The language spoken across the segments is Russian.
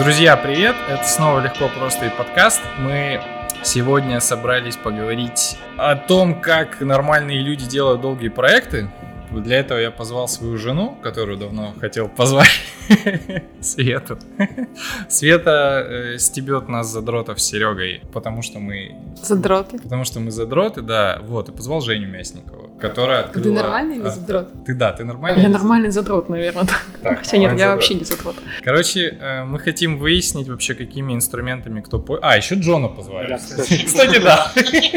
Друзья, привет! Это снова «Легко, просто» и подкаст. Мы сегодня собрались поговорить о том, как нормальные люди делают долгие проекты. Для этого я позвал свою жену, которую давно хотел позвать, Свету. Света стебет нас задротов с Серегой, потому что мы... Задроты? Потому что мы задроты, да. Вот, и позвал Женю Мясникову, которая открыла... Ты нормальный или задрот? Ты нормальный? Я нормальный задрот, наверное. Хотя нет, я вообще не задрот. Короче, мы хотим выяснить вообще, какими инструментами кто... еще Джона позвали. Кстати, да.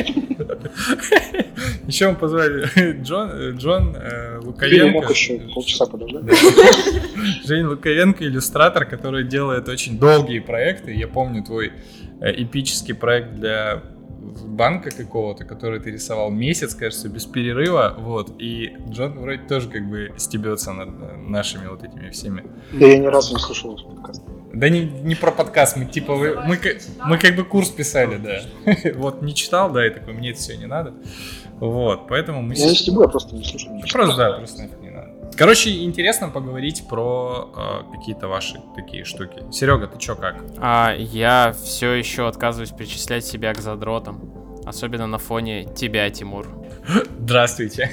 Еще мы позвали Джон Луковенко. Я мог еще полчаса подождать. Жень Луковенко, иллюстратор, который делает очень долгие проекты. Я помню твой эпический проект для банка какого-то, который ты рисовал месяц, кажется, без перерыва. Вот. И Джон вроде тоже как бы стебется над нашими вот этими всеми. Да я ни разу не слушал ваш подкаст. Да не про подкаст, мы как бы курс писали, да. Вот не читал, да, и такой, мне это все не надо. Вот, поэтому мы... Я не стебу, я просто не слушал. Просто нафиг не надо. Короче, интересно поговорить про какие-то ваши такие штуки. Серега, ты чё, как? Я все еще отказываюсь причислять себя к задротам. Особенно на фоне тебя, Тимур. Здравствуйте.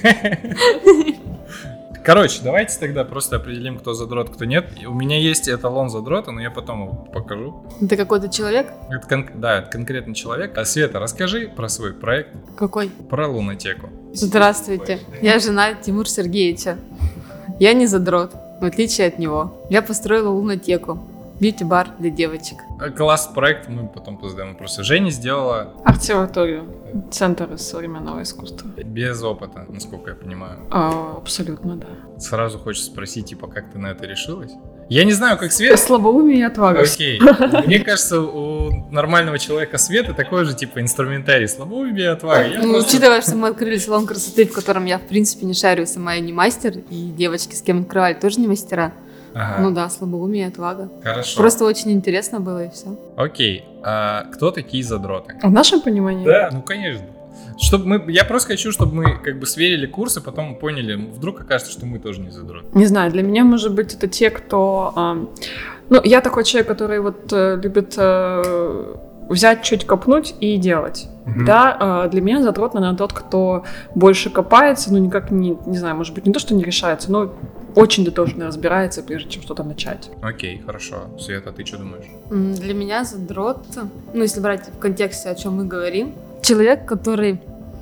Короче, давайте тогда просто определим, кто задрот, кто нет. У меня есть эталон задрота, но я потом его покажу. Ты какой-то человек? Это конкретный человек. А Света, расскажи про свой проект. Какой? Про лунатеку. Здравствуйте, я жена Тимура Сергеевича. Я не задрот, в отличие от него. Я построила лунатеку. Бьюти-бар для девочек. Классный проект, мы потом позадаем вопросы. Женя сделала... Обсерваторию. Центр современного искусства. Без опыта, насколько я понимаю. Абсолютно, да. Сразу хочется спросить, типа, как ты на это решилась? Я не знаю, как Света... Слабоумие и отвага. Окей. Мне кажется, у нормального человека Света такой же, типа, инструментарий. Слабоумие и отвага. Учитывая, что мы открыли салон красоты, в котором я, в принципе, не шарю, сама я не мастер, и девочки, с кем открывали, тоже не мастера. Ага. Ну да, слабоумие и отвага. Хорошо. Просто очень интересно было, и все. Окей. А кто такие задроты? В нашем понимании? Да, ну конечно. Я просто хочу, чтобы мы как бы сверили курсы, потом поняли, вдруг окажется, что мы тоже не задроты. Не знаю, для меня, может быть, это те, кто... я такой человек, который вот любит взять, чуть копнуть и делать. Mm-hmm. Да, для меня задрот, наверное, тот, кто больше копается, никак не знаю, может быть, не то, что не решается, но очень дотошно разбирается, прежде чем что-то начать. Окей, хорошо. Света, ты что думаешь? Для меня задрот, если брать в контексте, о чем мы говорим, человек, который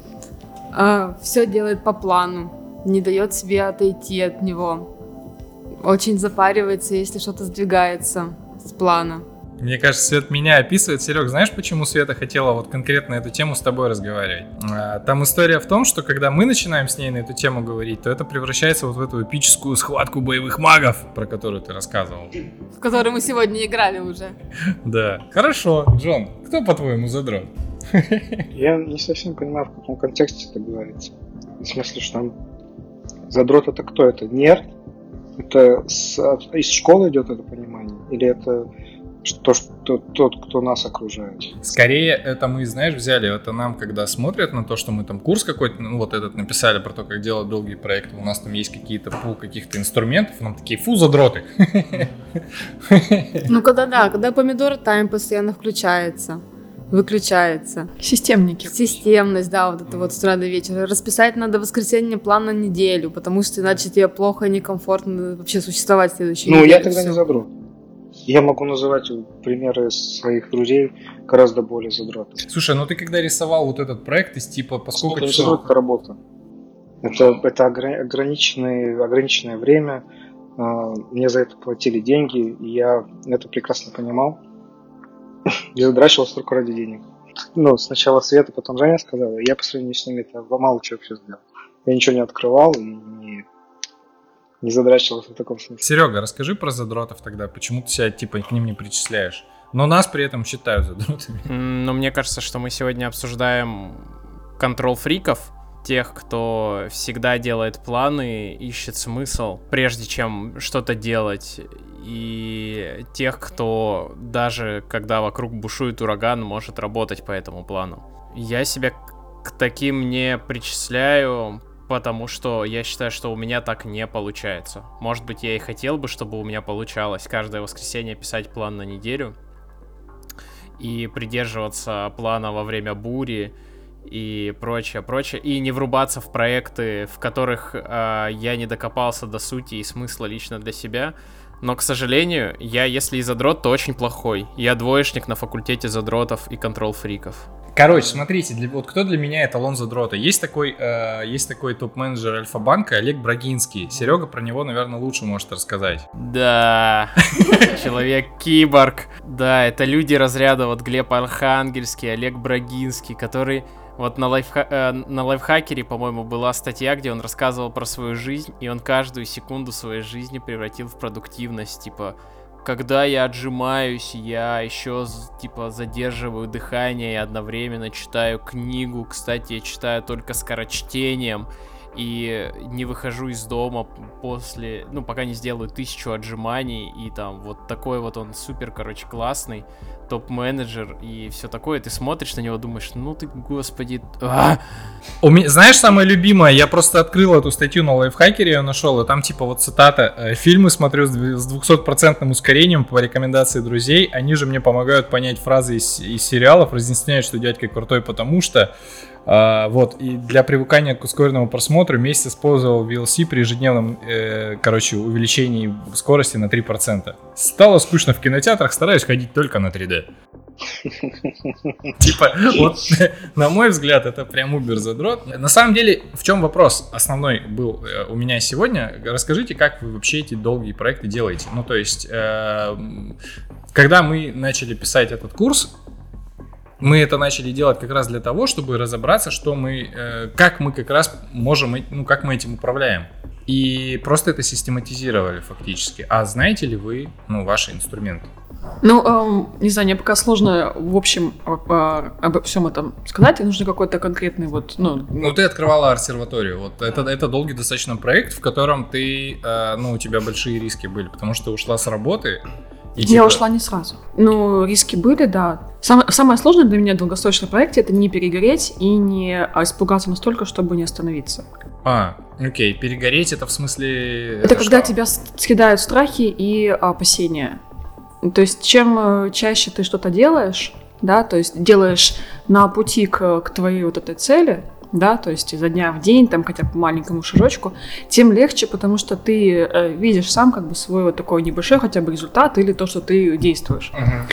все делает по плану, не дает себе отойти от него, очень запаривается, если что-то сдвигается с плана. Мне кажется, Свет меня описывает. Серег, знаешь, почему Света хотела вот конкретно эту тему с тобой разговаривать? Там история в том, что когда мы начинаем с ней на эту тему говорить, то это превращается вот в эту эпическую схватку боевых магов, про которую ты рассказывал. В которую мы сегодня играли уже. Да. Хорошо. Джон, кто, по-твоему, задрот? Я не совсем понимаю, в каком контексте это говорится. В смысле, что там задрот это кто? Это нерд? Это из школы идет это понимание? Или это... тот, кто нас окружает. Скорее, это мы, знаешь, взяли, это нам, когда смотрят на то, что мы там курс какой-то, вот этот написали про то, как делать долгие проекты, у нас там есть какие-то пул каких-то инструментов, нам такие, задроты. Когда помидор тайм постоянно выключается. Системники. Системность, да, вот это вот с утра до вечера. Расписать надо воскресенье план на неделю, потому что иначе тебе плохо и некомфортно вообще существовать в следующей неделе. Я тогда не задрот. Я могу называть примеры своих друзей гораздо более задротов. Слушай, ты когда рисовал вот этот проект, из типа, поскольку... Это задрот, это работа. Это ограниченное время. Мне за это платили деньги, и я это прекрасно понимал. Я задрачивался только ради денег. Сначала Света, потом Женя сказала, я по сравнению с ними это мало чего вообще сделал. Я ничего не открывал и не задрачивался в таком смысле. Серега, расскажи про задротов тогда. Почему ты себя типа к ним не причисляешь? Но нас при этом считают задротами. Мне кажется, что мы сегодня обсуждаем контрол-фриков, тех, кто всегда делает планы, ищет смысл, прежде чем что-то делать, и тех, кто даже когда вокруг бушует ураган, может работать по этому плану. Я себя к таким не причисляю, потому что я считаю, что у меня так не получается. Может быть, я и хотел бы, чтобы у меня получалось каждое воскресенье писать план на неделю и придерживаться плана во время бури и прочее, и не врубаться в проекты, в которых я не докопался до сути и смысла лично для себя. Но, к сожалению, я, если и задрот, то очень плохой. Я двоечник на факультете задротов и контрол-фриков. Короче, смотрите, вот кто для меня эталон задрота? Есть такой топ-менеджер Альфа-банка Олег Брагинский. Серега про него, наверное, лучше может рассказать. Да, человек-киборг. Да, это люди разряда, вот Глеб Архангельский, Олег Брагинский, который... Вот на Лайфхакере, по-моему, была статья, где он рассказывал про свою жизнь, и он каждую секунду своей жизни превратил в продуктивность. Типа, когда я отжимаюсь, я еще, типа, задерживаю дыхание и одновременно читаю книгу. Кстати, я читаю только скорочтением и не выхожу из дома после, пока не сделаю 1000 отжиманий. И там вот такой вот он супер, классный топ-менеджер и все такое, ты смотришь на него, думаешь, ну ты, господи. Знаешь, самое любимое, я просто открыл эту статью на Лайфхакере, ее нашел, и там типа вот цитата: фильмы смотрю с 200% ускорением по рекомендации друзей, они же мне помогают понять фразы из сериалов, разъясняют, что дядька крутой, потому что и для привыкания к ускоренному просмотру месяц использовал VLC при ежедневном, увеличении скорости на 3%. Стало скучно в кинотеатрах, стараюсь ходить только на 3D. Типа, вот, на мой взгляд, это прям убер-задрот. На самом деле, в чем вопрос основной был у меня сегодня? Расскажите, как вы вообще эти долгие проекты делаете? Ну, то есть, когда мы начали писать этот курс, мы это начали делать как раз для того, чтобы разобраться, как мы как раз можем, как мы этим управляем. И просто это систематизировали фактически. А знаете ли вы, ваши инструменты? Не знаю, мне пока сложно в общем обо всем этом сказать, и нужно какой-то конкретный ты открывала обсерваторию, вот это долгий достаточно проект, в котором ты, у тебя большие риски были, потому что ты ушла с работы. Я ушла не сразу. Риски были, да. Самое сложное для меня в долгосрочном проекте — это не перегореть и не испугаться настолько, чтобы не остановиться. Окей, перегореть — это в смысле... Это когда тебя съедают страхи и опасения. То есть чем чаще ты что-то делаешь, да, то есть делаешь на пути к твоей вот этой цели, да, то есть изо дня в день, там хотя бы по маленькому шажочку, тем легче, потому что ты видишь сам как бы свой вот такой небольшой хотя бы результат или то, что ты действуешь.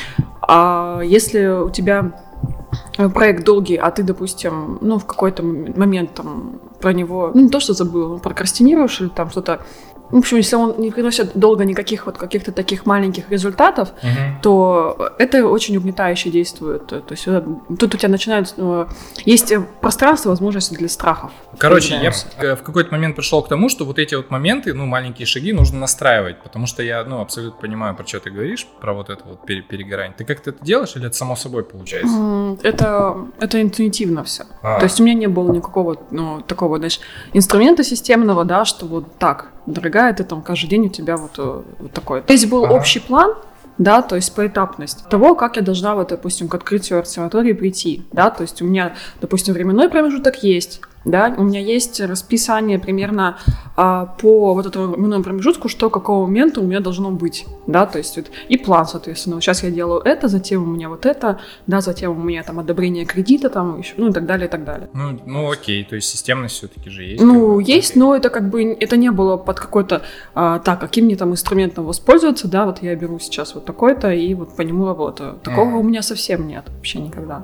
А если у тебя проект долгий, а ты, допустим, в какой-то момент там про него, не то что забыл, прокрастинируешь или там что-то, в общем, если он не приносит долго никаких вот каких-то таких маленьких результатов, то это очень угнетающе действует. То есть тут у тебя начинают... Есть пространство, возможности для страхов. Короче, я в какой-то момент пришел к тому, что вот эти вот моменты, маленькие шаги нужно настраивать, потому что я, абсолютно понимаю, про что ты говоришь, про вот это вот перегорание. Ты как-то это делаешь или это само собой получается? Это интуитивно все. То есть у меня не было никакого, такого, инструмента системного, да, что вот так, дорогая, ты там каждый день у тебя вот такой. Здесь был общий план, да, то есть поэтапность того, как я должна, допустим, к открытию обсерватории прийти, да, то есть у меня, допустим, временной промежуток есть, да, у меня есть расписание примерно по вот этому временному промежутку, что к какому моменту у меня должно быть, да, то есть и план, соответственно, вот сейчас я делаю это, затем у меня вот это, да, затем у меня там одобрение кредита, там, еще, и так далее, и так далее. Окей, то есть системность все-таки же есть? Есть, но это как бы, это не было под какой-то, каким мне там инструментом воспользоваться, да, вот я беру сейчас вот такой-то и вот по нему работаю. Такого у меня совсем нет, вообще никогда.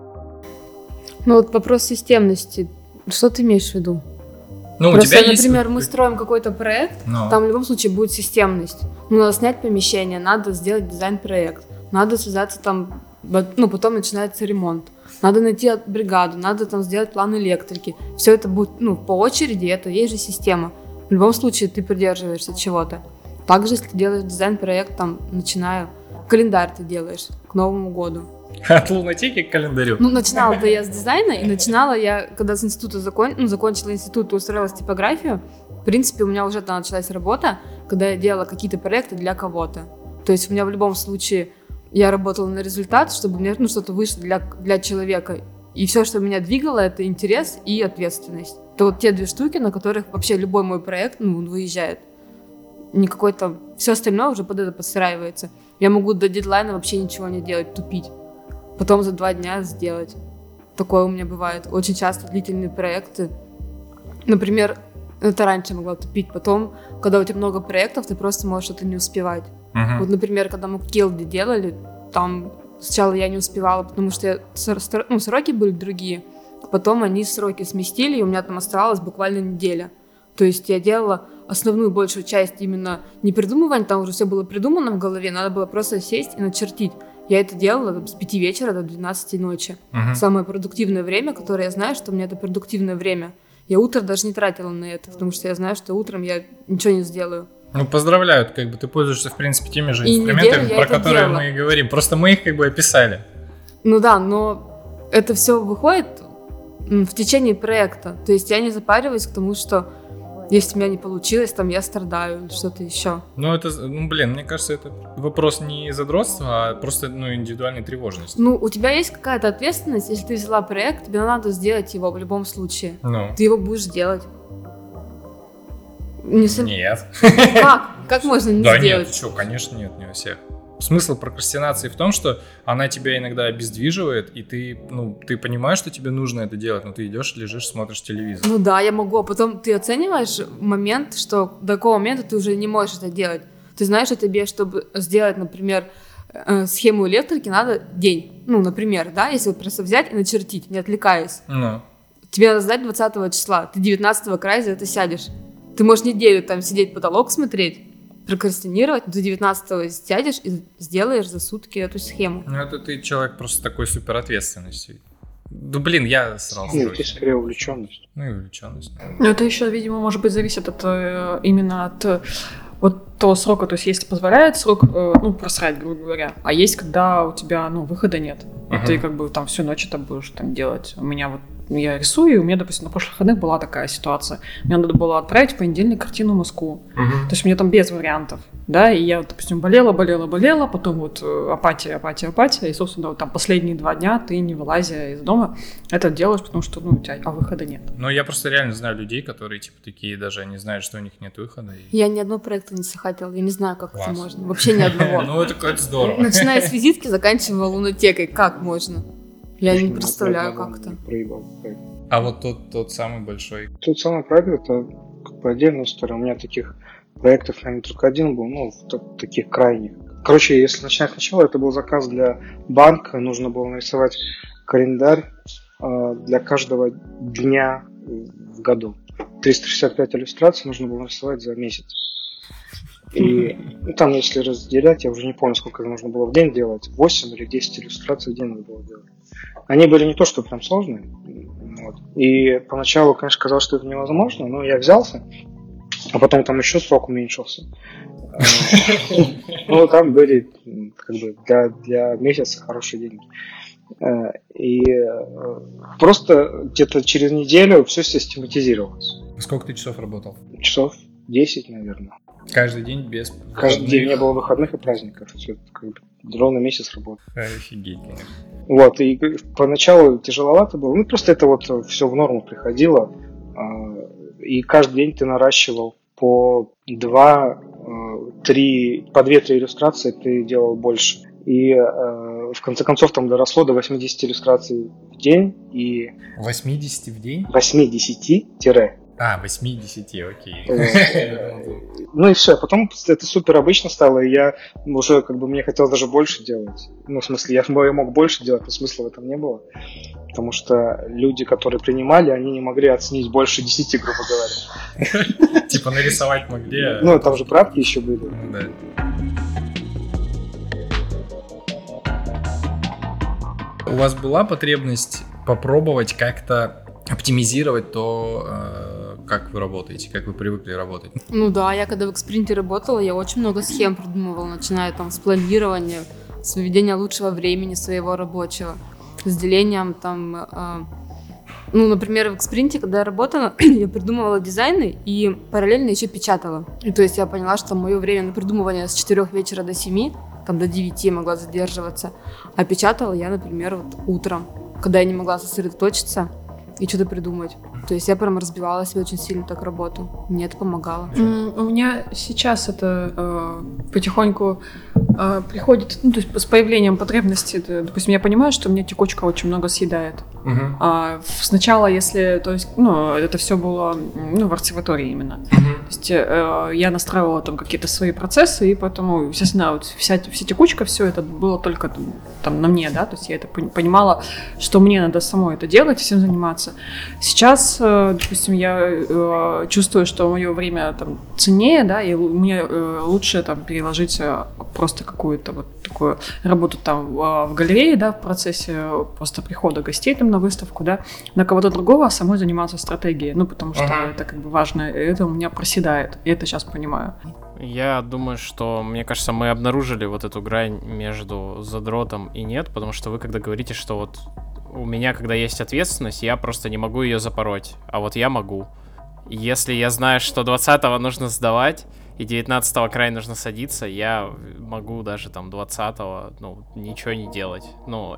Вопрос системности. Что ты имеешь в виду? Просто, у тебя например, мы строим какой-то проект, там в любом случае будет системность. Надо снять помещение, надо сделать дизайн-проект, надо связаться там, потом начинается ремонт. Надо найти бригаду, надо там сделать план электрики. Все это будет, по очереди, это есть же система. В любом случае ты придерживаешься чего-то. Также, если ты делаешь дизайн-проект, календарь ты делаешь к Новому году. От лунатики к календарю. Начинала я с дизайна, и начинала я, когда с института закончила институт и устроилась в типографию. В принципе, у меня уже там началась работа, когда я делала какие-то проекты для кого-то. То есть у меня в любом случае я работала на результат, чтобы у меня что-то вышло для человека. И все, что меня двигало, это интерес и ответственность. Это вот те 2 штуки, на которых вообще любой мой проект, выезжает. Никакой там... Все остальное уже под это подстраивается. Я могу до дедлайна вообще ничего не делать, тупить. Потом за 2 дня сделать. Такое у меня бывает. Очень часто длительные проекты. Например, это раньше могла тупить. Потом, когда у тебя много проектов, ты просто можешь это не успевать. Вот, например, когда мы Килды делали, там сначала я не успевала, потому что сроки были другие. Потом они сроки сместили, и у меня там оставалась буквально неделя. То есть я делала основную большую часть именно не придумывания, там уже все было придумано в голове, надо было просто сесть и начертить. Я это делала с 5 вечера до 12 ночи. Самое продуктивное время, которое я знаю, что у меня это продуктивное время. Я утро даже не тратила на это, потому что я знаю, что утром я ничего не сделаю. Поздравляю, ты пользуешься, в принципе, теми же инструментами, про которые мы и говорим. Просто мы их описали. Но это все выходит в течение проекта. То есть я не запариваюсь к тому, что если у меня не получилось, там я страдаю или что-то еще. Мне кажется, это вопрос не задротства, а просто индивидуальной тревожности. У тебя есть какая-то ответственность, если ты взяла проект, тебе надо сделать его в любом случае. Ты его будешь делать. Нет. Как можно не сделать? Да нет, конечно нет, не у всех. Смысл прокрастинации в том, что она тебя иногда обездвиживает, и ты понимаешь, что тебе нужно это делать, но ты идешь, лежишь, смотришь телевизор. Я могу, а потом ты оцениваешь момент, что до какого момента ты уже не можешь это делать. Ты знаешь, что тебе, чтобы сделать, например, схему электрики, надо день. Например, да, если просто взять и начертить, не отвлекаясь. Тебе надо сдать 20 числа, ты 19-го края за это сядешь. Ты можешь неделю там сидеть, потолок смотреть, прокрастинировать, до 19-го сядешь и сделаешь за сутки эту схему. Это ты человек просто такой суперответственностью. Я сразу... Это скорее увлеченность. И увлеченность. Это еще, видимо, может быть, зависит именно от того срока. То есть, если позволяет срок, просрать, грубо говоря. А есть, когда у тебя, выхода нет. И ты там всю ночь это будешь делать. У меня я рисую, и у меня, допустим, на прошлых выходных была такая ситуация. Мне надо было отправить в понедельник картину в Москву. То есть, мне там без вариантов. Да, и я, допустим, болела, потом апатия, и, собственно, там последние 2 дня ты, не вылазя из дома, это делаешь, потому что, у тебя выхода нет. Я просто реально знаю людей, которые, такие даже не знают, что у них нет выхода. Я ни одного проекта не сахатила, я не знаю, как это можно. Вообще ни одного. Это здорово. Начиная с визитки, заканчивая лунотекой, как можно? Я не представляю, как это. А вот тот самый большой? Тот самый проект, это отдельная история. У меня таких проектов, наверное, только один был, таких крайних. Короче, если начинать сначала, это был заказ для банка, нужно было нарисовать календарь для каждого дня в году. 365 иллюстраций нужно было нарисовать за месяц. И там, если разделять, я уже не помню, сколько нужно было в день делать, 8 или 10 иллюстраций в день надо было делать. Они были не то, что прям сложные. И поначалу, конечно, казалось, что это невозможно, но я взялся, а потом там еще срок уменьшился. Там были для месяца хорошие деньги. И просто где-то через неделю все систематизировалось. Сколько ты часов работал? Часов 10, наверное. Каждый день без выходных? Каждый день не было выходных и праздников. Ровно месяц работал. Офигеть, конечно. И поначалу тяжеловато было. Просто это все в норму приходило. И каждый день ты наращивал по 2-3 иллюстрации ты делал больше. И в конце концов там доросло до 80 иллюстраций в день. 80 в день? 80-. 80, окей. И все, потом это супер обычно стало, и я уже мне хотелось даже больше делать. В смысле, я мог больше делать, но смысла в этом не было. Потому что люди, которые принимали, они не могли оценить больше 10, грубо говоря. Нарисовать могли. Там же правки еще были. Да. У вас была потребность попробовать как-то оптимизировать то, как вы работаете, как вы привыкли работать? Я когда в Xprint работала, я очень много схем придумывала, начиная с планирования, с выведения лучшего времени своего рабочего, с делением например, в Xprint, когда я работала, я придумывала дизайны и параллельно еще печатала. И то есть я поняла, что мое время на придумывание с 4 вечера до 7, до 9 я могла задерживаться, а печатала я, например, утром, когда я не могла сосредоточиться и что-то придумать. То есть я прям разбивала себе очень сильно так работу. Мне это помогало. У меня сейчас это потихоньку приходит, ну, то есть с появлением потребности, допустим, я понимаю, что мне текучка очень много съедает. Сначала, если, то есть, ну, это все было, ну, в артиватории именно. То есть я настраивала там какие-то свои процессы, и поэтому, естественно, вот вся текучка, все это было только там на мне, да, то есть я это понимала, что мне надо самой это делать, всем заниматься. Сейчас, допустим, я чувствую, что мое время там ценнее, да, и мне лучше там переложить просто какую-то вот такую работу там в галерее, да, в процессе просто прихода гостей там на выставку, да, на кого-то другого, а самой заниматься стратегией, ну, потому что это как бы важно, и это у меня проседает, и это сейчас понимаю. Я думаю, что, мне кажется, мы обнаружили вот эту грань между задротом и нет, потому что вы когда говорите, что вот у меня, когда есть ответственность, я просто не могу ее запороть, а вот я могу. Если я знаю, что 20-го нужно сдавать, и 19-го край нужно садиться, я могу даже там 20-го, ну, ничего не делать. Ну,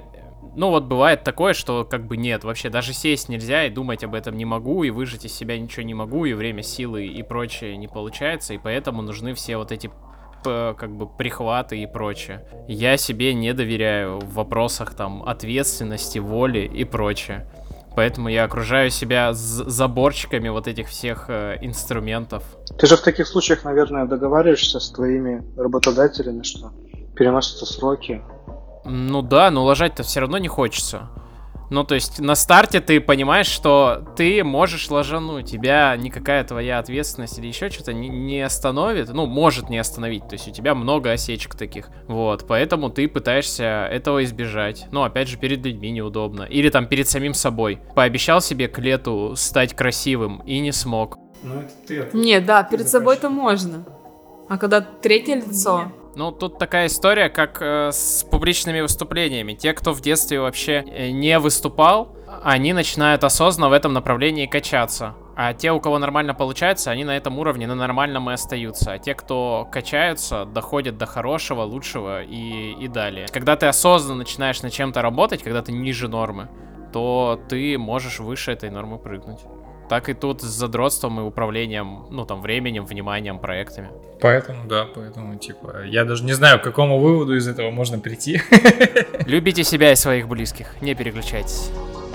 вот бывает такое, что как бы нет, вообще даже сесть нельзя и думать об этом не могу, и выжать из себя ничего не могу, и время, силы и прочее не получается, и поэтому нужны все вот эти как бы прихваты и прочее. Я себе не доверяю в вопросах там ответственности, воли и прочее. Поэтому я окружаю себя заборчиками вот этих всех инструментов. Ты же в таких случаях, наверное, договариваешься с твоими работодателями, что переносятся сроки. Ну да, но ложать-то все равно не хочется. Ну, то есть на старте ты понимаешь, что ты можешь ложануть, тебя никакая твоя ответственность или еще что-то не остановит, ну, может не остановить, то есть у тебя много осечек таких, вот, поэтому ты пытаешься этого избежать, ну, опять же, перед людьми неудобно, или там перед самим собой, пообещал себе к лету стать красивым и не смог. Ну, это ты. Нет, да, перед собой-то можно, а когда третье лицо... Ну, тут такая история, как с публичными выступлениями. Те, кто в детстве вообще не выступал, они начинают осознанно в этом направлении качаться. А те, у кого нормально получается, они на этом уровне, на нормальном и остаются. А те, кто качаются, доходят до хорошего, лучшего и далее. Когда ты осознанно начинаешь над чем-то работать, когда ты ниже нормы, то ты можешь выше этой нормы прыгнуть. Так и тут с задротством и управлением, ну, там, временем, вниманием, проектами. Поэтому, типа, я даже не знаю, к какому выводу из этого можно прийти. Любите себя и своих близких, не переключайтесь.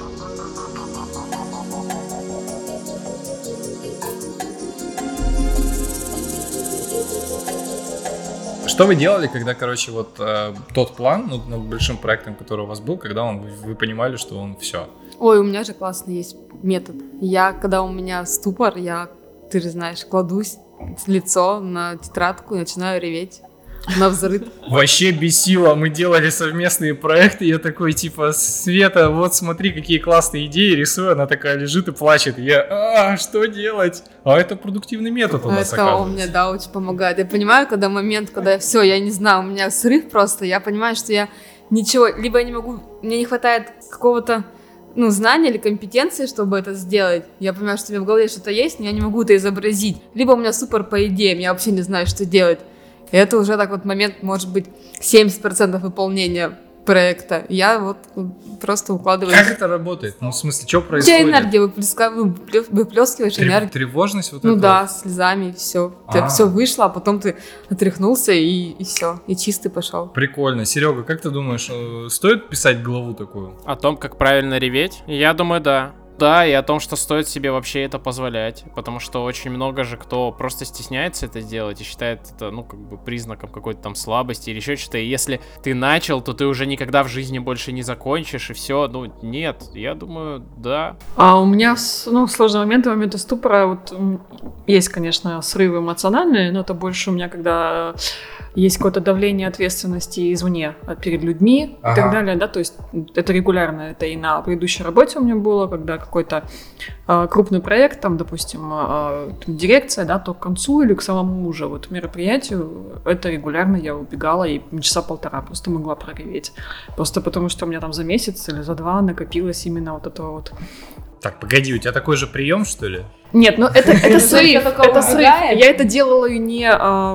Что вы делали, когда, короче, вот тот план, ну, над большим проектом, который у вас был, когда вы понимали, что он все? Ой, у меня же классный есть метод. Когда у меня ступор, ты же знаешь, кладусь лицо на тетрадку и начинаю реветь навзрыд. Вообще бесило. Мы делали совместные проекты, я такой, типа, Света, вот смотри, какие классные идеи рисую. Она такая лежит и плачет. Я, что делать? А это продуктивный метод у нас, оказывается. Это у меня, да, очень помогает. Я понимаю, когда момент, когда все, я не знаю, у меня срыв просто, я понимаю, что я ничего, либо я не могу, мне не хватает какого-то знания или компетенции, чтобы это сделать. Я понимаю, что у меня в голове что-то есть, но я не могу это изобразить. Либо у меня супер по идеям, я вообще не знаю, что делать. И это уже так вот момент, может быть, 70% выполнения проекта. Я вот просто укладываю. Как это работает? Ну, в смысле, что происходит? У тебя энергия, выплескиваешь энергию. Тревожность вот эта? Ну да, слезами, все. Все вышло, а потом ты отряхнулся и все. И чистый пошел. Прикольно. Серега, как ты думаешь, стоит писать главу такую? О том, как правильно реветь? Я думаю, да. Да, и о том, что стоит себе вообще это позволять, потому что очень много же кто просто стесняется это делать и считает это, признаком какой-то там слабости или еще что-то, и если ты начал, то ты уже никогда в жизни больше не закончишь, и все, нет, я думаю, да. А у меня, сложные моменты ступора, вот, есть, конечно, срывы эмоциональные, но это больше у меня, когда есть какое-то давление ответственности извне, перед людьми и так далее, да, то есть это регулярно, это и на предыдущей работе у меня было, когда какой-то крупный проект, там, допустим, дирекция, да, то к концу или к самому уже вот мероприятию, это регулярно я убегала и часа полтора просто могла прореветь, просто потому что у меня там за месяц или за два накопилось именно вот этого вот. Так, погоди, у тебя такой же прием, что ли? Нет, это срыв, это срыв. Я это делала не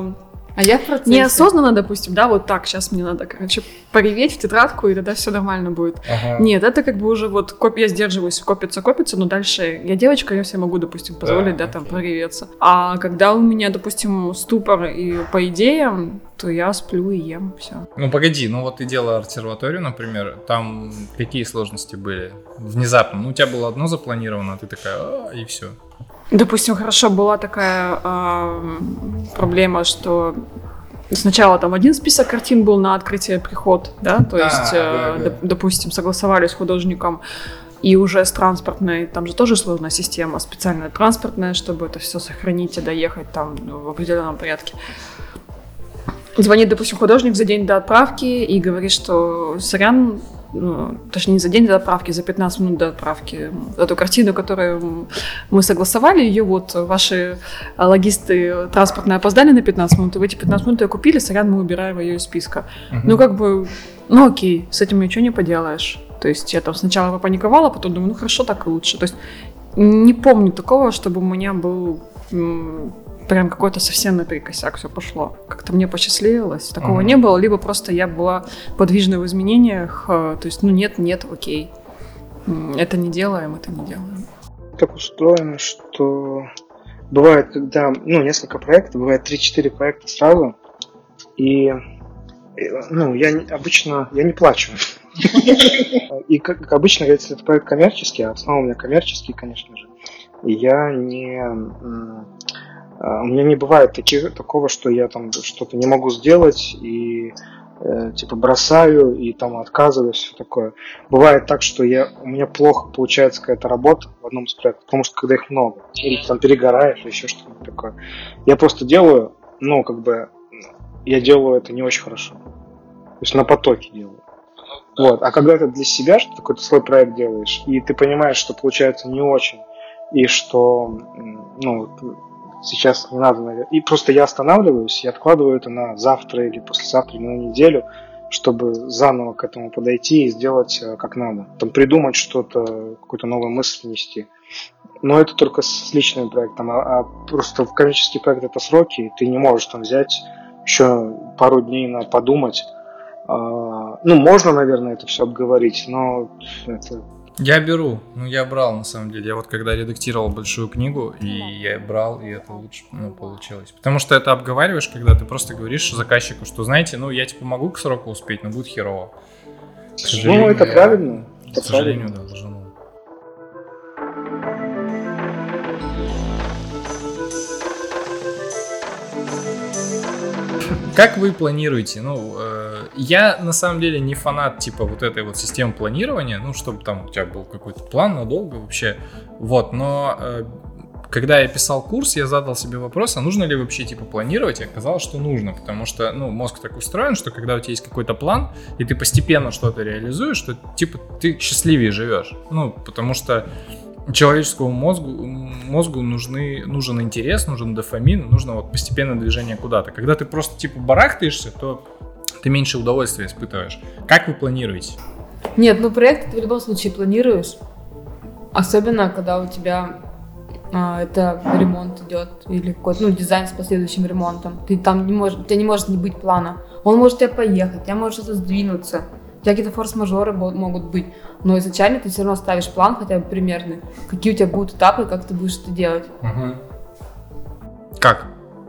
А я в процессе. Неосознанно, допустим, да, вот так, сейчас мне надо, пореветь в тетрадку, и тогда все нормально будет. Нет, это как бы уже вот я сдерживаюсь, копится, но дальше я девочка, я себе могу, допустим, позволить, там, пореветься. А когда у меня, допустим, ступор и по идеям, то я сплю и ем, все. Ну, погоди, вот ты делала обсерваторию, например, там какие сложности были? Внезапно, у тебя было одно запланировано, а ты такая, и все. Допустим, хорошо, была такая проблема, что сначала там один список картин был на открытие приход, да, то есть, допустим, согласовали с художником, и уже с транспортной, там же тоже сложная система, специальная транспортная, чтобы это все сохранить и доехать там в определенном порядке. Звонит, допустим, художник за день до отправки и говорит, что сорян, точнее, не за день до отправки, за 15 минут до отправки. Эту картину, которую мы согласовали, ее вот ваши логисты транспортные опоздали на 15 минут, и в эти 15 минут ее купили, сорян, мы убираем ее из списка. Окей, с этим ничего не поделаешь. То есть я там сначала попаниковала, потом думаю, хорошо, так и лучше. То есть не помню такого, чтобы у меня был прям какой-то совсем наперекосяк все пошло. Как-то мне посчастливилось. Такого не было, либо просто я была подвижной в изменениях. То есть, нет, окей. Это не делаем. Так устроено, что бывает, когда, несколько проектов, бывает 3-4 проекта сразу, и, я не плачу. И, как обычно, если это проект коммерческий, а основа у меня коммерческий, конечно же, у меня не бывает такого, что я там что-то не могу сделать и бросаю и там отказываюсь, все такое. Бывает так, что у меня плохо получается какая-то работа в одном из проектов, потому что когда их много, или там перегораешь, или еще что-нибудь такое. Я просто делаю, я делаю это не очень хорошо. То есть на потоке делаю. Вот. А когда ты для себя какой-то свой проект делаешь, и ты понимаешь, что получается не очень, и что, сейчас не надо, наверное. И просто я останавливаюсь и откладываю это на завтра или послезавтра, или на неделю, чтобы заново к этому подойти и сделать как надо. Там придумать что-то, какую-то новую мысль внести. Но это только с личным проектом. А просто в коммерческий проект это сроки, и ты не можешь там взять еще пару дней на подумать. Можно, наверное, это все обговорить, но это... Я брал, на самом деле. Я вот когда редактировал большую книгу, и я брал, и это лучше получилось. Потому что это обговариваешь, когда ты просто говоришь заказчику, что, знаете, я могу к сроку успеть, но будет херово. Это правильно. К сожалению, да, должно. Как вы планируете? Я на самом деле не фанат вот этой вот системы планирования, чтобы там у тебя был какой-то план надолго вообще. Но когда я писал курс, я задал себе вопрос, а нужно ли вообще планировать, и оказалось, что нужно, потому что мозг так устроен, что когда у тебя есть какой-то план, и ты постепенно что-то реализуешь, что ты счастливее живешь. Потому что человеческому мозгу нужен интерес, нужен дофамин, нужно постепенное движение куда-то. Когда ты просто барахтаешься, то ты меньше удовольствия испытываешь. Как вы планируете? Нет, проект ты в любом случае планируешь. Особенно, когда у тебя это ремонт идет или какой-то дизайн с последующим ремонтом. У тебя не может не быть плана. Он может у тебя поехать, у тебя может что-то сдвинуться. У тебя какие-то форс-мажоры могут быть. Но изначально ты все равно ставишь план хотя бы примерный. Какие у тебя будут этапы, как ты будешь это делать. Как?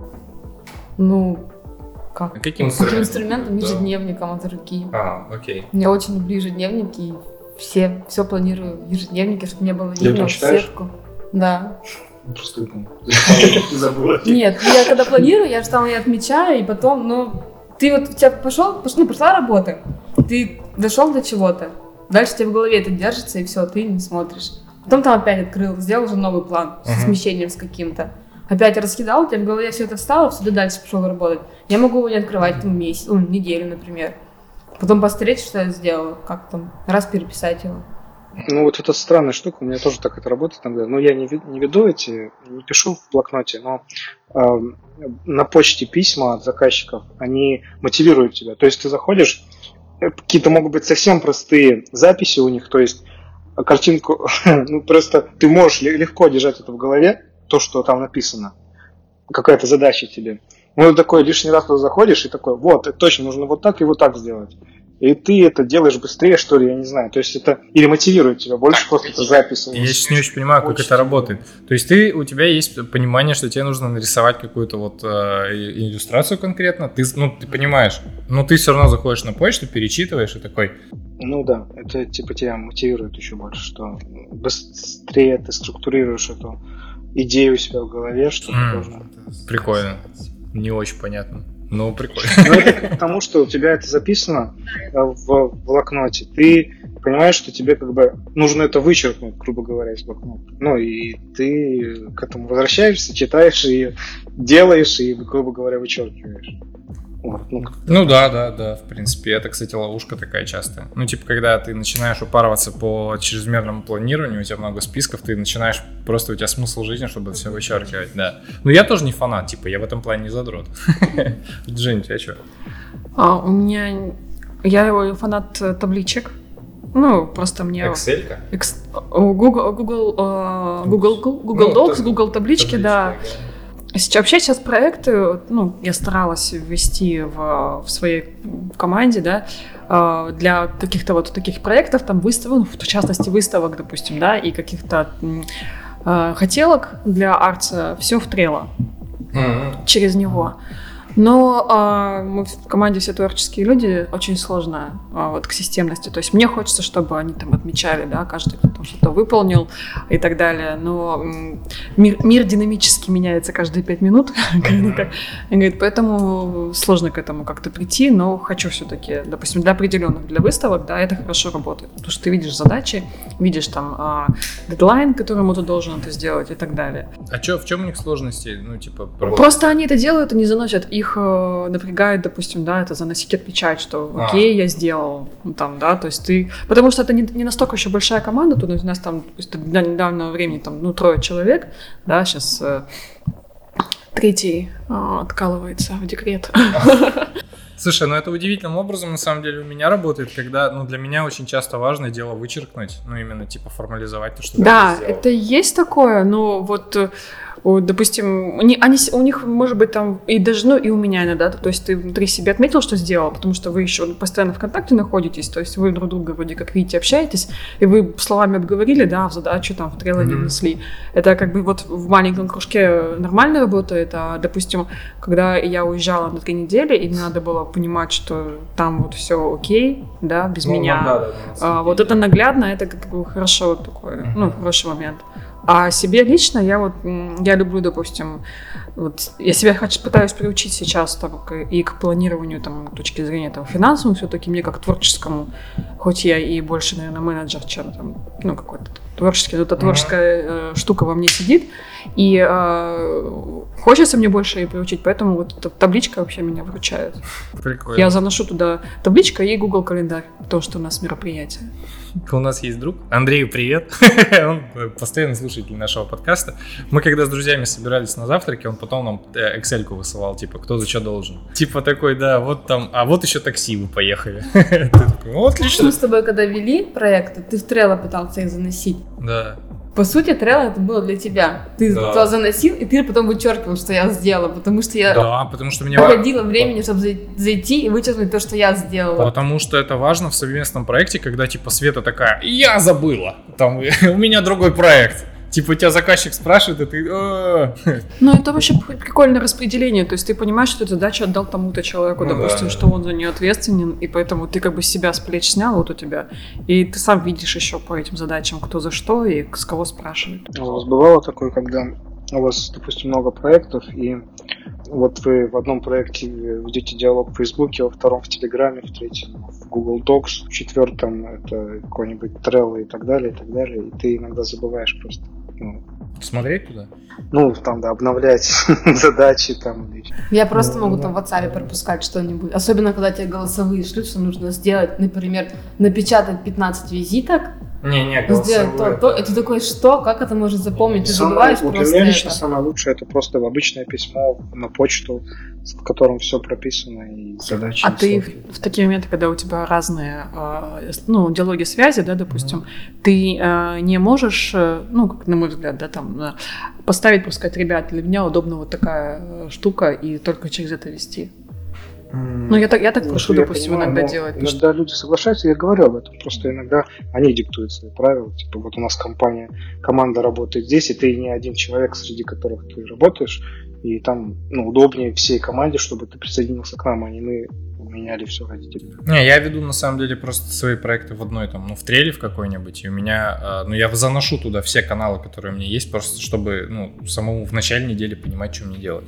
Как? Каким инструментом? Ежедневником от руки. Окей. Я очень люблю ежедневники. И все планирую в ежедневнике, чтобы не было видно в сетку. Да. Просто ты забыла. Нет, я когда планирую, я же там и отмечаю, и потом, ты у тебя пошла работа, ты дошел до чего-то, дальше у тебя в голове это держится, и все, ты не смотришь. Потом там опять открыл, сделал уже новый план с смещением с каким-то. Опять раскидал, у тебя в голове все это встало, все, ты дальше пошел работать. Я могу его не открывать месяц, неделю, например. Потом посмотреть, что я сделала, как там, раз переписать его. Это странная штука, у меня тоже так это работает иногда. Я не веду не пишу в блокноте, но на почте письма от заказчиков, они мотивируют тебя. То есть ты заходишь, какие-то могут быть совсем простые записи у них, то есть картинку, просто ты можешь легко держать это в голове, то, что там написано, какая-то задача тебе. Ну, такой лишний раз туда заходишь и такой, вот, это точно нужно вот так и вот так сделать. И ты это делаешь быстрее, что ли, я не знаю. То есть это или мотивирует тебя больше просто это запись. Я сейчас не очень понимаю, как это работает. То есть у тебя есть понимание, что тебе нужно нарисовать какую-то вот иллюстрацию конкретно. Ты понимаешь, но ты все равно заходишь на почту, перечитываешь и такой... Ну да, это типа тебя мотивирует еще больше, что быстрее ты структурируешь эту идею у себя в голове, что ты должен... Прикольно. Не очень понятно. Ну, прикольно. Но это к тому, что у тебя это записано в блокноте. Ты понимаешь, что тебе как бы нужно это вычеркнуть, грубо говоря, из блокнота. Ну, и ты к этому возвращаешься, читаешь и делаешь, и, грубо говоря, вычеркиваешь. Вот, ну да, в принципе, это, кстати, ловушка такая частая. Ну, типа, когда ты начинаешь упарываться по чрезмерному планированию, у тебя много списков, ты начинаешь, просто у тебя смысл жизни, чтобы это все вычеркивать, да. Но я тоже не фанат, типа, я в этом плане не задрот. Жень, у тебя что? У меня, я фанат табличек. Ну, просто мне... Excel-ка? Google Docs, Google таблички, да. Вообще сейчас проекты, ну, я старалась ввести в своей команде, да, для каких-то вот таких проектов, там выставок, в частности выставок, допустим, да, и каких-то хотелок для арта, все в Trello через него. Но мы в команде все творческие люди, очень сложно вот к системности. То есть мне хочется, чтобы они там отмечали, да, каждый кто там что-то выполнил и так далее. Но мир динамически меняется каждые 5 минут. Поэтому сложно к этому как-то прийти, но хочу все-таки, допустим, для определенных, для выставок, да, это хорошо работает. Потому что ты видишь задачи, видишь там дедлайн, которому ты должен это сделать и так далее. А в чем у них сложности? Ну, типа, просто они это делают и не заносят. Их напрягает, допустим, да, это заносить, отмечать, что окей, я сделал, там, да, то есть ты... Потому что это не настолько еще большая команда, тут у нас там, до недавнего времени, там, 3 человек, да, сейчас 3 откалывается в декрет. Слушай, ну это удивительным образом, на самом деле, у меня работает, когда, для меня очень часто важное дело вычеркнуть, именно, типа, формализовать то, что ты сделал. Да, это это есть такое, но вот... Допустим, у них, может быть, там и даже, и у меня иногда, то есть ты внутри себя отметил, что сделал, потому что вы еще постоянно в контакте находитесь, то есть вы друг друга вроде как видите, общаетесь, и вы словами обговорили, да, в задачу там в Trello не внесли. Это как бы вот в маленьком кружке нормально работает, а, допустим, когда я уезжала на 3 недели, и мне надо было понимать, что там вот все окей, да, без меня. Вот это наглядно, это как бы хорошо такое, хороший момент. А себе лично я люблю, допустим, вот я себя пытаюсь приучить сейчас и к планированию там, с точки зрения там, финансовому, все-таки мне как творческому, хоть я и больше, наверное, менеджер, чем там, какой-то творческий, эта творческая штука во мне сидит, и хочется мне больше ее приучить, поэтому вот эта табличка вообще меня выручает. Прикольно. Я заношу туда табличка и Google календарь, потому что у нас мероприятие. У нас есть друг, Андрею привет, он постоянный слушатель нашего подкаста. Мы когда с друзьями собирались на завтраке, он потом нам Excel-ку высылал, типа, кто за что должен. Типа такой, да, вот там, а вот еще такси, вы поехали. Отлично. Мы с тобой когда вели проекты, ты в Trello пытался их заносить. Да. По сути, Trello это было для тебя. Ты туда заносил, и ты потом вычеркивал, что я сделала, потому что я уходила времени, чтобы зайти и вычеркнуть то, что я сделала. Потому что это важно в совместном проекте, когда типа Света такая, я забыла, там у меня другой проект. Типа тебя заказчик спрашивает, и ты... Ну, это вообще прикольное распределение. То есть ты понимаешь, что эту задачу отдал тому-то человеку, допустим, что он за нее ответственен, и поэтому ты как бы себя с плеч снял вот у тебя, и ты сам видишь еще по этим задачам, кто за что и с кого спрашивает. У вас бывало такое, когда у вас, допустим, много проектов, и вот вы в одном проекте ведете диалог в Фейсбуке, во втором в Телеграме, в третьем в Google Docs, в четвертом это какой-нибудь Trello и так далее, и ты иногда забываешь просто. Смотреть туда? Там, да, обновлять задачи там. Я просто могу там в WhatsApp пропускать что-нибудь. Особенно, когда тебе голосовые шлют, что нужно сделать, например, напечатать 15 визиток, Сделать то. И ты такой, что? Как это можно запомнить? Ты забываешь просто это. Для меня лично самое лучшее это просто обычное письмо на почту, в котором все прописано и задачи. А ты в такие моменты, когда у тебя разные диалоги связи, да, допустим, ты не можешь, как на мой взгляд, да, там поставить, просто сказать, ребят, для меня удобна вот такая штука и только через это вести. Я так прошу, допустим, иногда делать. Иногда люди соглашаются, я говорю об этом. Просто иногда они диктуют свои правила. Типа вот у нас команда работает здесь, и ты не один человек, среди которых ты работаешь. И там удобнее всей команде, чтобы ты присоединился к нам, а не мы меняли все ради тебя. Не, я веду на самом деле просто свои проекты в одной в треле в какой-нибудь, и у меня, я заношу туда все каналы, которые у меня есть, просто чтобы, самому в начале недели понимать, что мне делать.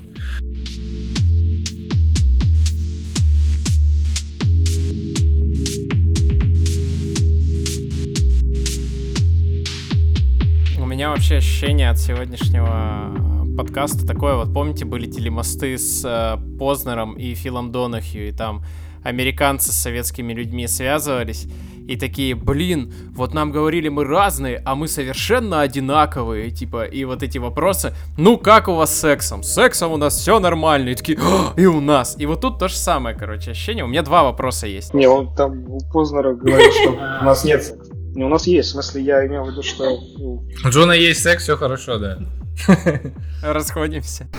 У меня вообще ощущение от сегодняшнего подкаста такое, вот помните, были телемосты с Познером и Филом Донахью, и там американцы с советскими людьми связывались, и такие, вот нам говорили, мы разные, а мы совершенно одинаковые, типа, и вот эти вопросы, как у вас с сексом? С сексом у нас все нормально, и такие, и у нас. И вот тут то же самое, ощущение. У меня 2 вопроса есть. Не, он там у Познера говорит, что у нас нет секса. Не, у нас есть, в смысле, я имел в виду, что... У Джона есть секс, все хорошо, да. Расходимся.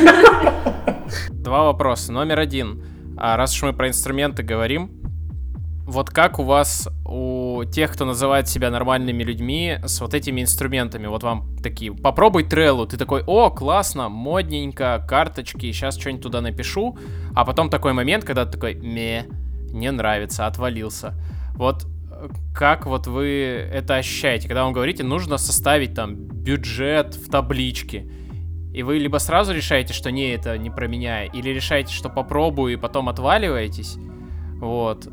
2 вопроса. Номер 1. Раз уж мы про инструменты говорим, вот как у вас, у тех, кто называет себя нормальными людьми, с вот этими инструментами? Вот вам такие, попробуй Trello, ты такой, о, классно, модненько, карточки, сейчас что-нибудь туда напишу, а потом такой момент, когда ты такой, не нравится, отвалился. Вот как вот вы это ощущаете, когда вам говорите, нужно составить там бюджет в табличке, и вы либо сразу решаете, что это не про меня, или решаете, что попробую, и потом отваливаетесь, вот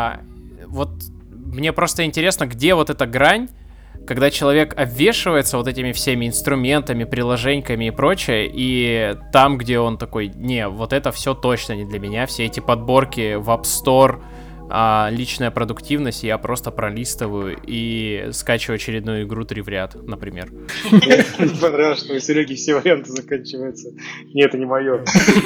мне просто интересно, где вот эта грань, когда человек обвешивается вот этими всеми инструментами, приложеньками и прочее, и там, где он такой, вот это все точно не для меня, все эти подборки в App Store, личная продуктивность, я просто пролистываю и скачиваю очередную игру 3 в ряд, например. Мне понравилось, что у Сереги все варианты заканчиваются. Нет, это не мое.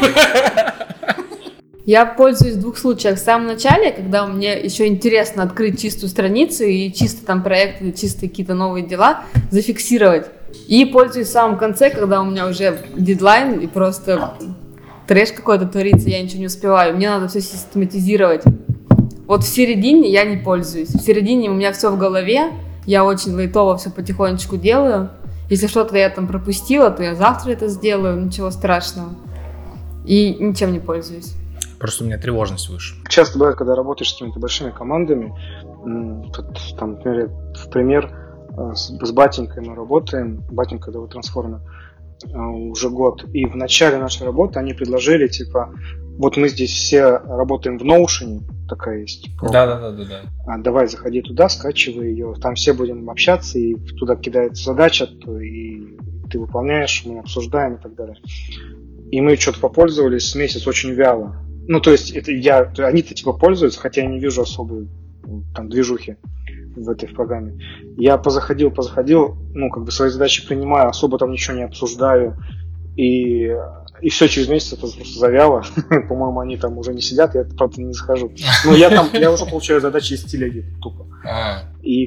Я пользуюсь в 2 случаях. В самом начале, когда мне еще интересно открыть чистую страницу и чисто там проекты, чисто какие-то новые дела зафиксировать. И пользуюсь в самом конце, когда у меня уже дедлайн и просто трэш какой-то творится, я ничего не успеваю. Мне надо все систематизировать. Вот в середине я не пользуюсь. В середине у меня все в голове, я очень лайтово все потихонечку делаю. Если что-то я там пропустила, то я завтра это сделаю, ничего страшного. И ничем не пользуюсь. Просто у меня тревожность выше. Часто бывает, когда работаешь с какими-то большими командами, там, например, в пример, с Батенькой мы работаем, Батенька Давай Трансформер, уже год. И в начале нашей работы они предложили, типа, вот мы здесь все работаем в Notion, такая есть. Да. Давай, заходи туда, скачивай ее, там все будем общаться, и туда кидается задача, и ты выполняешь, мы обсуждаем и так далее. И мы что-то попользовались месяц очень вяло. То есть они-то типа пользуются, хотя я не вижу особой там движухи в этой программе. Я позаходил, свои задачи принимаю, особо там ничего не обсуждаю, и все, через месяц это просто завяло. По-моему, они там уже не сидят, я, правда, не захожу. Но я уже получаю задачи из телеги тупо. И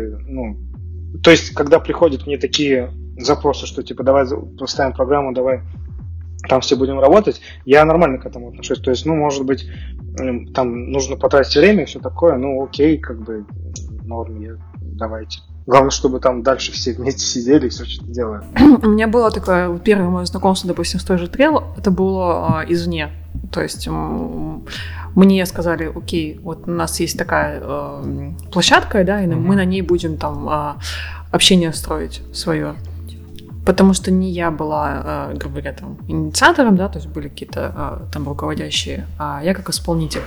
то есть, когда приходят мне такие запросы, что типа давай поставим программу, давай там все будем работать, я нормально к этому отношусь. То есть, может быть, там нужно потратить время и все такое, окей, норм, давайте. Главное, чтобы там дальше все вместе сидели и все что-то делали. У меня было такое, первое мое знакомство, допустим, с той же Trello, это было извне. То есть мне сказали, окей, вот у нас есть такая площадка, да, и мы на ней будем там общение строить свое. Потому что не я была, грубо говоря, там, инициатором, да, то есть были какие-то там руководящие, а я как исполнитель.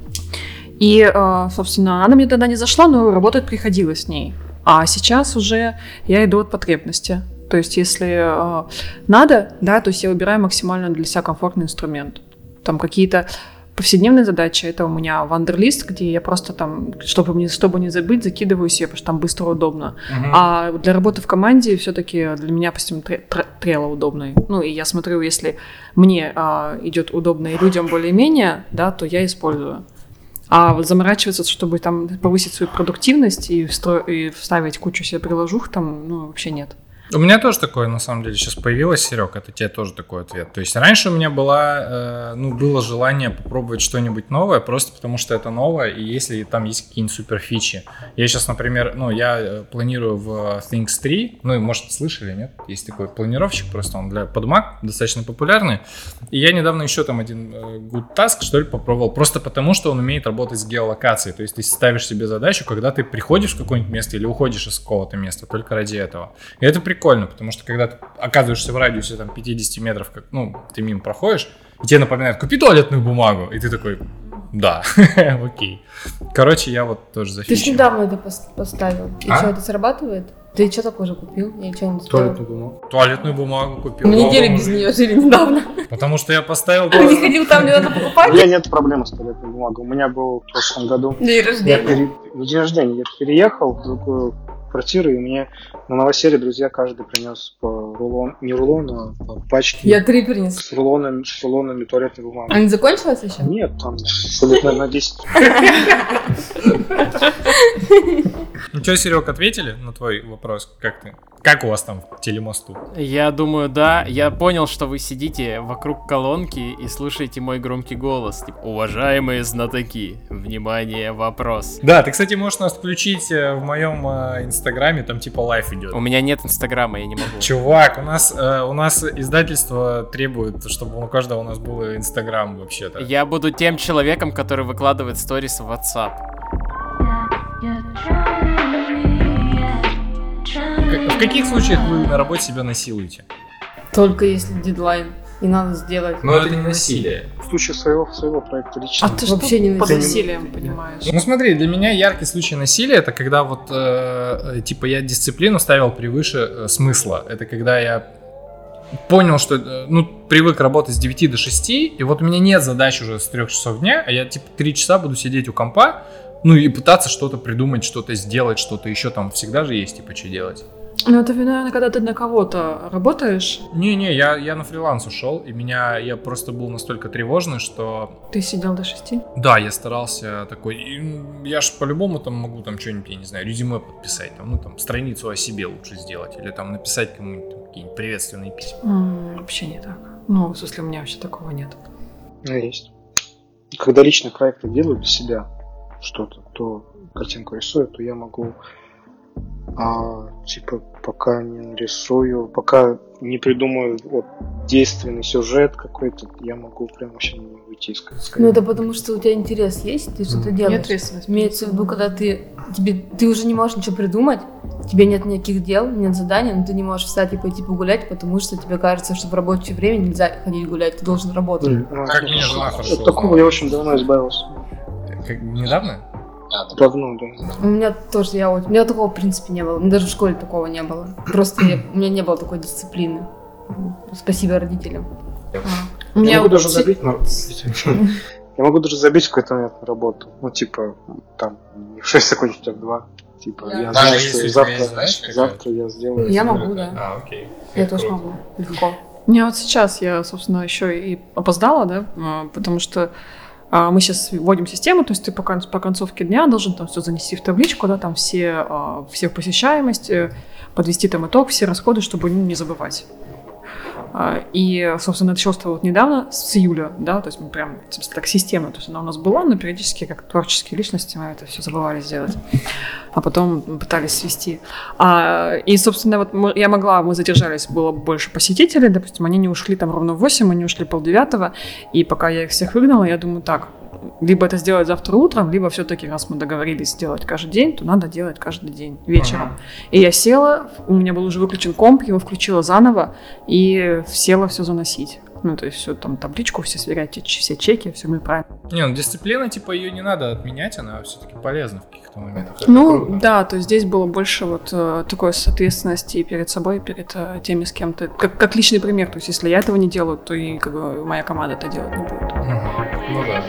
И, собственно, она мне тогда не зашла, но работать приходилось с ней. А сейчас уже я иду от потребности. То есть, если надо, да, то есть я выбираю максимально для себя комфортный инструмент. Там какие-то повседневные задачи — это у меня Wunderlist, где я просто там, чтобы не забыть, закидываю себе, потому что там быстро, удобно. А для работы в команде все-таки для меня, допустим, Trello удобный. Ну, и я смотрю, если мне идет удобно и людям более-менее, да, то я использую. А вот заморачиваться, чтобы там повысить свою продуктивность и вставить кучу себе приложух, там, ну, вообще нет. У меня тоже такое, на самом деле, сейчас появилось, Серег, это тебе тоже такой ответ. То есть раньше у меня было желание попробовать что-нибудь новое, просто потому что это новое, и если там есть какие-нибудь суперфичи. Я сейчас, например, я планирую в Things 3, и, может, слышали, нет? Есть такой планировщик, просто он под Mac, достаточно популярный. И я недавно еще там один Good Task, что ли, попробовал, просто потому что он умеет работать с геолокацией. То есть ты ставишь себе задачу, когда ты приходишь в какое-нибудь место или уходишь из какого-то места, только ради этого. И это прикольно, потому что когда ты оказываешься в радиусе там 50 метров, ты мимо проходишь, и тебе напоминают: купи туалетную бумагу, и ты такой: да, окей. Короче, я вот тоже зафичил. Ты же недавно это поставил, и что, это срабатывает? Ты что такое же купил? Я что не Туалетную бумагу. Туалетную бумагу купил. Мы неделю без нее жили недавно. Потому что я поставил... Ты не ходил там, где надо покупать? У меня нет проблемы с туалетной бумагой. У меня был в прошлом году... День рождения. Не день рождения, я переехал в другую квартиру, и мне на новоселье друзья каждый принес по не рулону, а по пачке. Я 3 принес. С рулонами туалетной бумаги. А не закончилось еще? Нет, там лет, наверное, 10. Ну что, Серег, ответили на твой вопрос? Как у вас там в телемосту? Я думаю, да. Я понял, что вы сидите вокруг колонки и слушаете мой громкий голос. Типа: уважаемые знатоки, внимание, вопрос. Да, ты, кстати, можешь нас включить в моем инстаграме, там типа лайв идет. У меня нет инстаграма, я не могу. Чувак, у нас издательство требует, чтобы у каждого у нас был инстаграм вообще-то. Я буду тем человеком, который выкладывает сторис в WhatsApp. В каких случаях вы на работе себя насилуете? Только если дедлайн и надо сделать. Но это не насилие. В случае своего проекта лично. А ты вообще не под насилие. насилием понимаешь? Ну смотри, для меня яркий случай насилия — это когда вот я дисциплину ставил превыше смысла. Это когда я понял, что привык работать с 9 до 6, и вот у меня нет задач уже с 3 часов дня, а я 3 часа буду сидеть у компа, и пытаться что-то придумать, что-то сделать, что-то еще там всегда же есть, что делать. Ну, это, наверное, когда ты на кого-то работаешь. Не, я на фриланс ушел, и я просто был настолько тревожный, что... Ты сидел до 6? Да, я старался такой... Я ж по-любому там могу что-нибудь, я не знаю, резюме подписать, страницу о себе лучше сделать, или написать кому-нибудь какие-нибудь приветственные письма. Вообще не так. В смысле, у меня вообще такого нет. Есть. Когда личные проекты делаю для себя что-то, то картинку рисую, то я могу... пока не нарисую, пока не придумаю действенный сюжет какой-то, я могу прям вообще не уйти из картинки. Это потому, что у тебя интерес есть, ты что-то делаешь. Имеется в виду, когда ты уже не можешь ничего придумать, тебе нет никаких дел, нет заданий, но ты не можешь встать и пойти погулять, потому что тебе кажется, что в рабочее время нельзя ходить гулять, ты должен работать. Как меня жена хорошо от такого я очень давно избавился. Недавно? Давно, да. У меня тоже, у меня такого в принципе не было. У меня даже в школе такого не было. Просто у меня не было такой дисциплины. Спасибо родителям. Я могу даже забить Я могу даже забить в какой-то момент на работу. Там не в 6 закончить, а в 2. Я знаю, что завтра я сделаю. Я могу, да. Окей. Я тоже могу. Легко. Не, сейчас я, собственно, еще и опоздала, да, потому что мы сейчас вводим систему, то есть ты по концовке дня должен там все занести в табличку, да, там все посещаемость, подвести там итог, все расходы, чтобы не забывать. И, собственно, началось это недавно, с июля, да, то есть мы прям так системно, то есть она у нас была, но периодически, как творческие личности, мы это все забывали сделать, а потом пытались свести. И, собственно, мы задержались, было больше посетителей, допустим, они не ушли там ровно в 8, они ушли 8:30, и пока я их всех выгнала, я думаю, так, либо это сделать завтра утром, либо все-таки, раз мы договорились сделать каждый день, то надо делать каждый день вечером. И я села, у меня был уже выключен комп, его включила заново и села все заносить. Ну, то есть всю там табличку, все сверять, все чеки, все мы правильно. Не, ну дисциплина, типа, ее не надо отменять, она все-таки полезна в каких-то моментах. Ну, да, то есть здесь было больше вот такой ответственности перед собой, перед теми, с кем ты... Как личный пример, то есть если я этого не делаю, то и как бы моя команда это делать не будет. Ну да.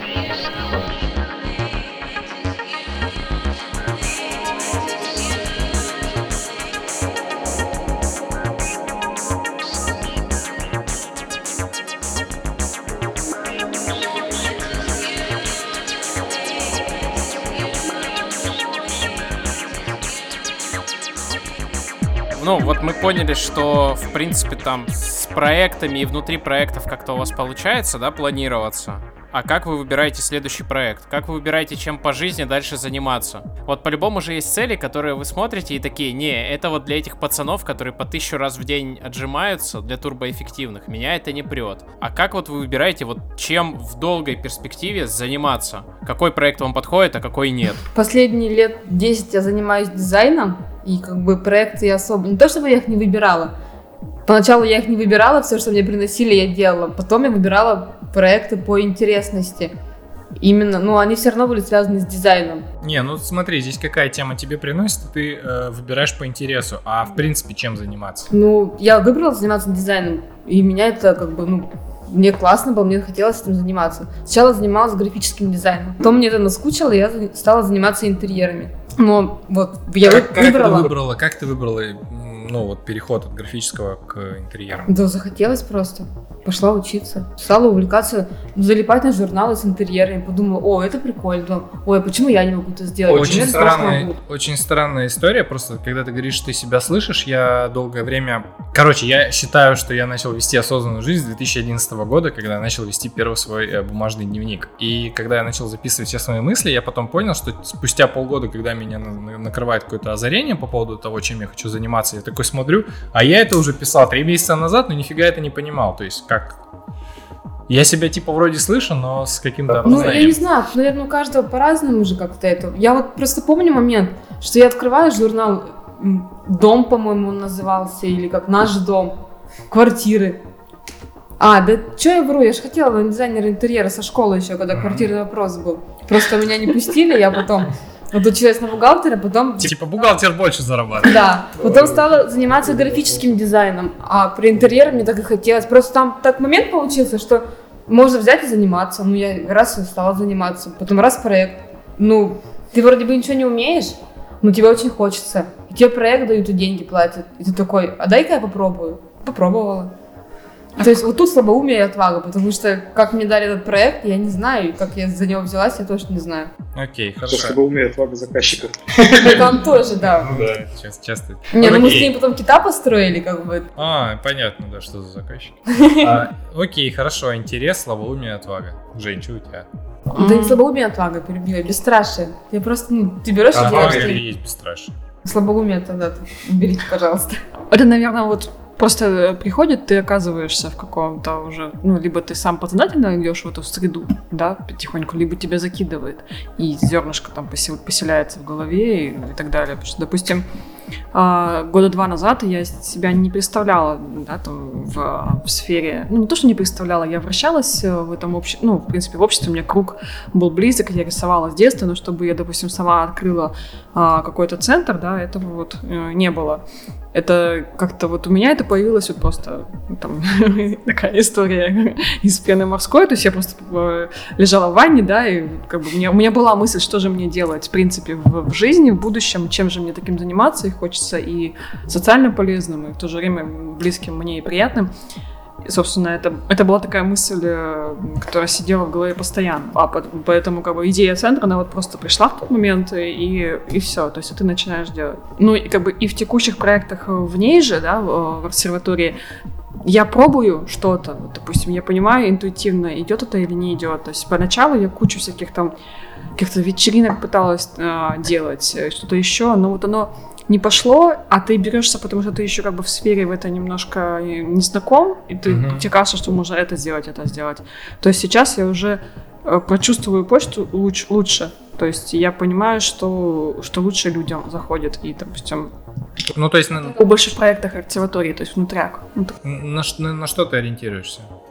Ну, вот мы поняли, что, в принципе, там с проектами и внутри проектов как-то у вас получается, да, планироваться. А как вы выбираете следующий проект? Как вы выбираете, чем по жизни дальше заниматься? Вот по-любому же есть цели, которые вы смотрите и такие, не, это вот для этих пацанов, которые по 1000 раз в день отжимаются, для турбоэффективных, меня это не прет. А как вот вы выбираете, вот чем в долгой перспективе заниматься? Какой проект вам подходит, а какой нет? Последние лет 10 я занимаюсь дизайном, и как бы проекты я особо... Не то, чтобы я их не выбирала. Поначалу я их не выбирала, все, что мне приносили, я делала. Потом я выбирала проекты по интересности. Именно, ну, они все равно были связаны с дизайном. Не, ну смотри, здесь какая тема тебе приносит, ты выбираешь по интересу. А в принципе, чем заниматься? Ну, я выбрала заниматься дизайном, и меня это как бы, ну, мне классно было, мне хотелось этим заниматься. Сначала занималась графическим дизайном. Потом мне это наскучило, и я стала заниматься интерьерами. Но вот я выбрала. Как ты выбрала, ну, вот переход от графического к интерьерам? Да, захотелось просто. Пошла учиться. Стала увлекаться, залипать на журналы с интерьерами. Подумала, о, это прикольно. Ой, а почему я не могу это сделать? Очень странная история. Просто, когда ты говоришь, что ты себя слышишь, я долгое время... Короче, я считаю, что я начал вести осознанную жизнь с 2011 года, когда я начал вести первый свой бумажный дневник. И когда я начал записывать все свои мысли, я потом понял, что спустя полгода, когда меня накрывает какое-то озарение по поводу того, чем я хочу заниматься, я такой смотрю, а я это уже писал 3 месяца назад, но нифига это не понимал. То есть, как... Я себя типа вроде слышу, но с каким-то опознанием. Ну, я не знаю, наверное, у каждого по-разному уже как-то это. Я вот просто помню момент, что я открываю журнал «Дом», по-моему, он назывался, или как «Наш дом», «Квартиры». А, да что я вру, я же хотела на дизайнера интерьера со школы еще, когда квартирный вопрос был. Просто меня не пустили, я потом... Вот училась на бухгалтера, потом... Типа бухгалтер больше зарабатывает. Да, потом стала заниматься графическим дизайном, а при интерьере мне так и хотелось. Просто там так момент получился, что можно взять и заниматься. Ну, я раз и стала заниматься, потом раз проект. Ну, ты вроде бы ничего не умеешь, но тебе очень хочется. И тебе проект дают, и деньги платят. И ты такой, а дай-ка я попробую. Попробовала. То есть вот тут слабоумие и отвага, потому что как мне дали этот проект, я не знаю, и как я за него взялась, я точно не знаю. Окей, хорошо. Слабоумие и отвага заказчика. Там тоже, да. Ну да, часто. Не, ну мы с ним потом кита построили, как бы. А, понятно, да, что за заказчик. Окей, хорошо, интерес, слабоумие, отвага. Жень, что у тебя? Да не слабоумие, отвага, перебила, бесстрашие. Я просто, ты берешь и делаешь. Отвага есть бесстрашие. Слабоумие тогда уберите, пожалуйста. Это, наверное, вот просто приходит, ты оказываешься в каком-то уже, ну, либо ты сам подсознательно идешь в эту среду, да, потихоньку, либо тебя закидывает, и зернышко там поселяется в голове и так далее. Потому что, допустим, 2 года назад я себя не представляла, да, там, в сфере, ну, не то, что не представляла, я вращалась в этом обществе, ну, в принципе, в обществе у меня круг был близок, я рисовала с детства, но чтобы я, допустим, сама открыла какой-то центр, да, этого вот не было. Это как-то вот у меня это появилось вот просто там такая история из пены морской, то есть я просто лежала в ванне, да, и как бы у меня была мысль, что же мне делать, в принципе, в жизни, в будущем, чем же мне таким заниматься, и хочется и социально полезным, и в то же время близким мне и приятным. И, собственно, это была такая мысль, которая сидела в голове постоянно. Поэтому как бы идея центра, она вот просто пришла в тот момент, и все. То есть ты начинаешь делать. Ну, и как бы и в текущих проектах в ней же, да, в обсерватории, я пробую что-то. Вот, допустим, я понимаю интуитивно, идет это или не идет. То есть поначалу я кучу всяких там каких-то вечеринок пыталась делать, что-то еще, но вот оно не пошло, а ты берешься, потому что ты еще как бы в сфере в это немножко не знаком, и тебе кажется, что можно это сделать. То есть сейчас я уже прочувствую почту лучше. То есть я понимаю, что лучше людям заходит. И, допустим, ну, то есть в больших проектах обсерватории, то есть внутряк. На что ты ориентируешься?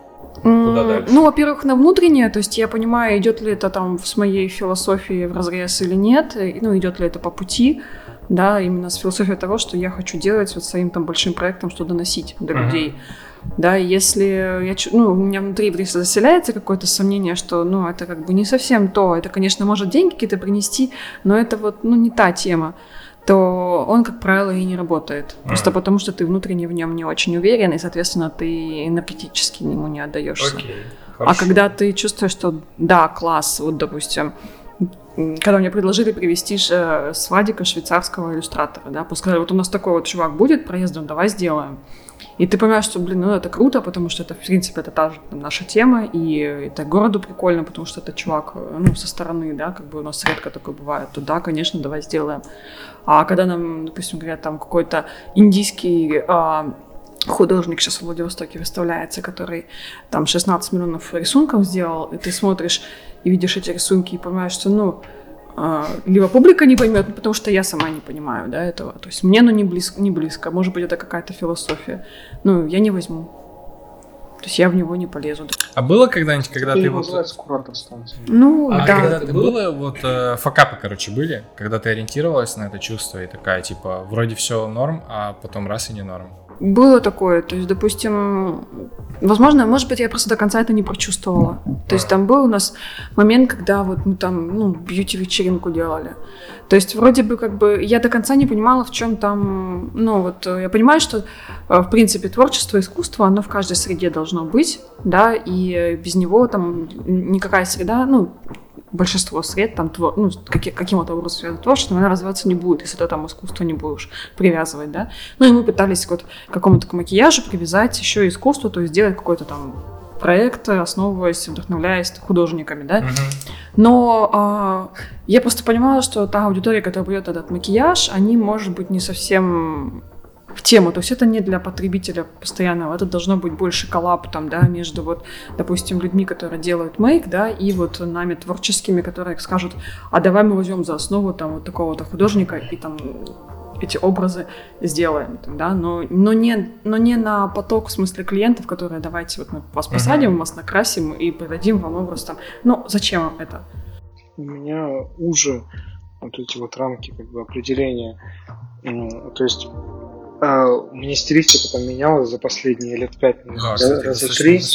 Куда дальше? Ну, во-первых, на внутреннее, то есть я понимаю, идет ли это там с моей философией вразрез или нет, ну, идет ли это по пути, да, именно с философией того, что я хочу делать вот своим там большим проектом, что доносить до людей. Да, если у меня внутри заселяется какое-то сомнение, что, ну, это как бы не совсем то, это, конечно, может деньги какие-то принести, но это вот, ну, не та тема, то он, как правило, и не работает. Просто потому, что ты внутренне в нем не очень уверен, и, соответственно, ты энергетически ему не отдаешься. А когда ты чувствуешь, что да, класс, вот, допустим, когда мне предложили привезти с Вадика швейцарского иллюстратора, да, сказали, вот у нас такой вот чувак будет проездом, давай сделаем. И ты понимаешь, что, блин, ну это круто, потому что это, в принципе, это та же наша тема, и это городу прикольно, потому что это чувак, ну, со стороны, да, как бы у нас редко такое бывает, то да, конечно, давай сделаем. А когда нам, допустим, говорят, там какой-то индийский художник сейчас в Владивостоке выставляется, который там 16 миллионов рисунков сделал, и ты смотришь и видишь эти рисунки и понимаешь, что, ну, либо публика не поймет, потому что я сама не понимаю, да, этого. То есть мне, ну, не близко. Может быть, это какая-то философия. Ну, я не возьму. То есть я в него не полезу. А было когда-нибудь, когда ты вот... Ну, да. Когда ты было, вот, факапы, короче, были? Когда ты ориентировалась на это чувство и такая, типа, вроде все норм, а потом раз и не норм? Было такое, то есть, допустим, возможно, может быть, я просто до конца это не прочувствовала. То есть там был у нас момент, когда вот мы там, ну, бьюти-вечеринку делали. То есть вроде бы как бы я до конца не понимала, в чем там, ну вот я понимаю, что в принципе творчество, искусство, оно в каждой среде должно быть, да, и без него там никакая среда, ну, большинство сред, там, ну, каким-то образом творчеством, она развиваться не будет, если ты там искусство не будешь привязывать, да. Ну, и мы пытались вот к какому-то макияжу привязать еще искусство, то есть сделать какой-то там проект, основываясь, вдохновляясь художниками, да. Но я просто понимала, что та аудитория, которая берет этот макияж, они, может быть, не совсем в тему, то есть это не для потребителя постоянного, это должно быть больше коллаб там, да, между вот, допустим, людьми, которые делают мейк, да, и вот нами творческими, которые скажут, а давай мы возьмем за основу там вот такого-то художника и там эти образы сделаем, там, да, но не на поток, в смысле клиентов, которые давайте вот мы вас посадим, вас накрасим и продадим вам образ там, ну зачем вам это? У меня уже вот эти вот рамки как бы определения, то есть у меня стилистика поменялась за последние лет 5, раза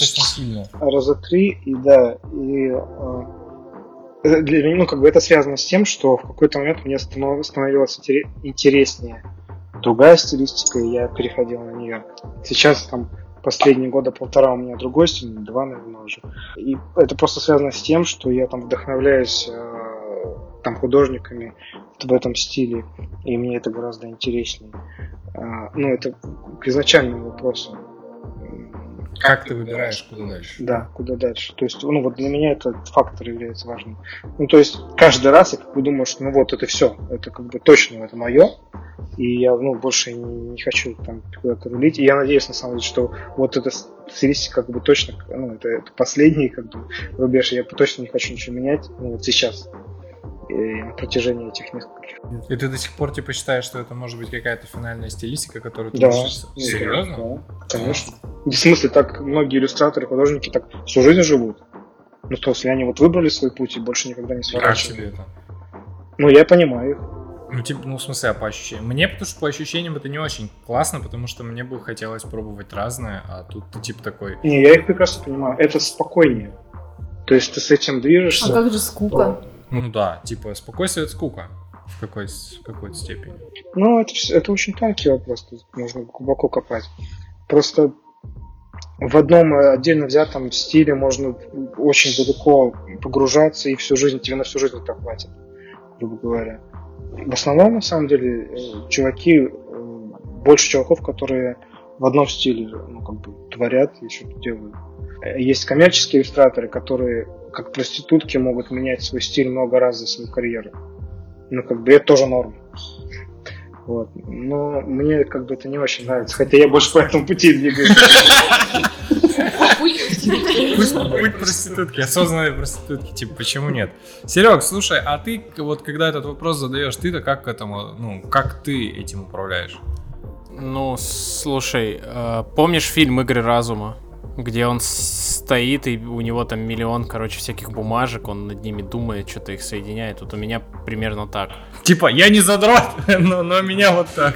3, и да, и для меня, ну, как бы это связано с тем, что в какой-то момент мне становилось интереснее другая стилистика, и я переходил на нее. Сейчас там последние года 1.5 у меня другой стиль, 2, наверное, уже. И это просто связано с тем, что я там вдохновляюсь там художниками в этом стиле, и мне это гораздо интереснее. Ну, это к изначальному вопросу. Как ты выбираешь, куда дальше? Да, куда дальше. То есть, ну вот для меня этот фактор является важным. Ну, то есть, каждый раз я как бы думаю, что ну вот это все, это как бы точно это мое, и я, ну, больше не хочу там куда-то рулить. И я надеюсь, на самом деле, что вот эта стилистика как бы точно, ну, это последний как бы рубеж, я точно не хочу ничего менять, ну, вот сейчас. И на протяжении этих нескольких. И ты до сих пор типа считаешь, что это может быть какая-то финальная стилистика, которую ты да, можешь... Серьезно? Да, конечно. В смысле, так многие иллюстраторы, художники так всю жизнь живут. Ну, то есть они вот выбрали свой путь и больше никогда не сворачивают. Как тебе это? Ну, я понимаю их. Ну, типа, ну, в смысле, а по ощущениям? Мне, потому что по ощущениям это не очень классно, потому что мне бы хотелось пробовать разное, а тут ты типа такой... Не, я их прекрасно понимаю. Это спокойнее. То есть ты с этим движешься. А как же скука? Ну да, типа спокойствие от скука в какой-то степени. Ну, это очень тонкий вопрос, тут нужно глубоко копать. Просто в одном отдельно взятом стиле можно очень далеко погружаться, и тебе на всю жизнь это хватит, грубо говоря. В основном, на самом деле, больше чуваков, которые в одном стиле, ну, как бы творят и что-то делают. Есть коммерческие иллюстраторы, которые, как проститутки, могут менять свой стиль много раз за свою карьеру. Ну, как бы это тоже норм. Вот. Но мне как бы это не очень нравится, хотя я больше по этому пути двигаюсь. Путь проститутки, осознанные проститутки, типа, почему нет? Серег, слушай, а ты вот когда этот вопрос задаешь, ты-то как к этому, ну, как ты этим управляешь? Ну, слушай, помнишь фильм «Игры разума», где он с стоит, и у него там миллион, всяких бумажек, он над ними думает, что-то их соединяет. Вот у меня примерно так. Типа, я не задрот, но меня вот так.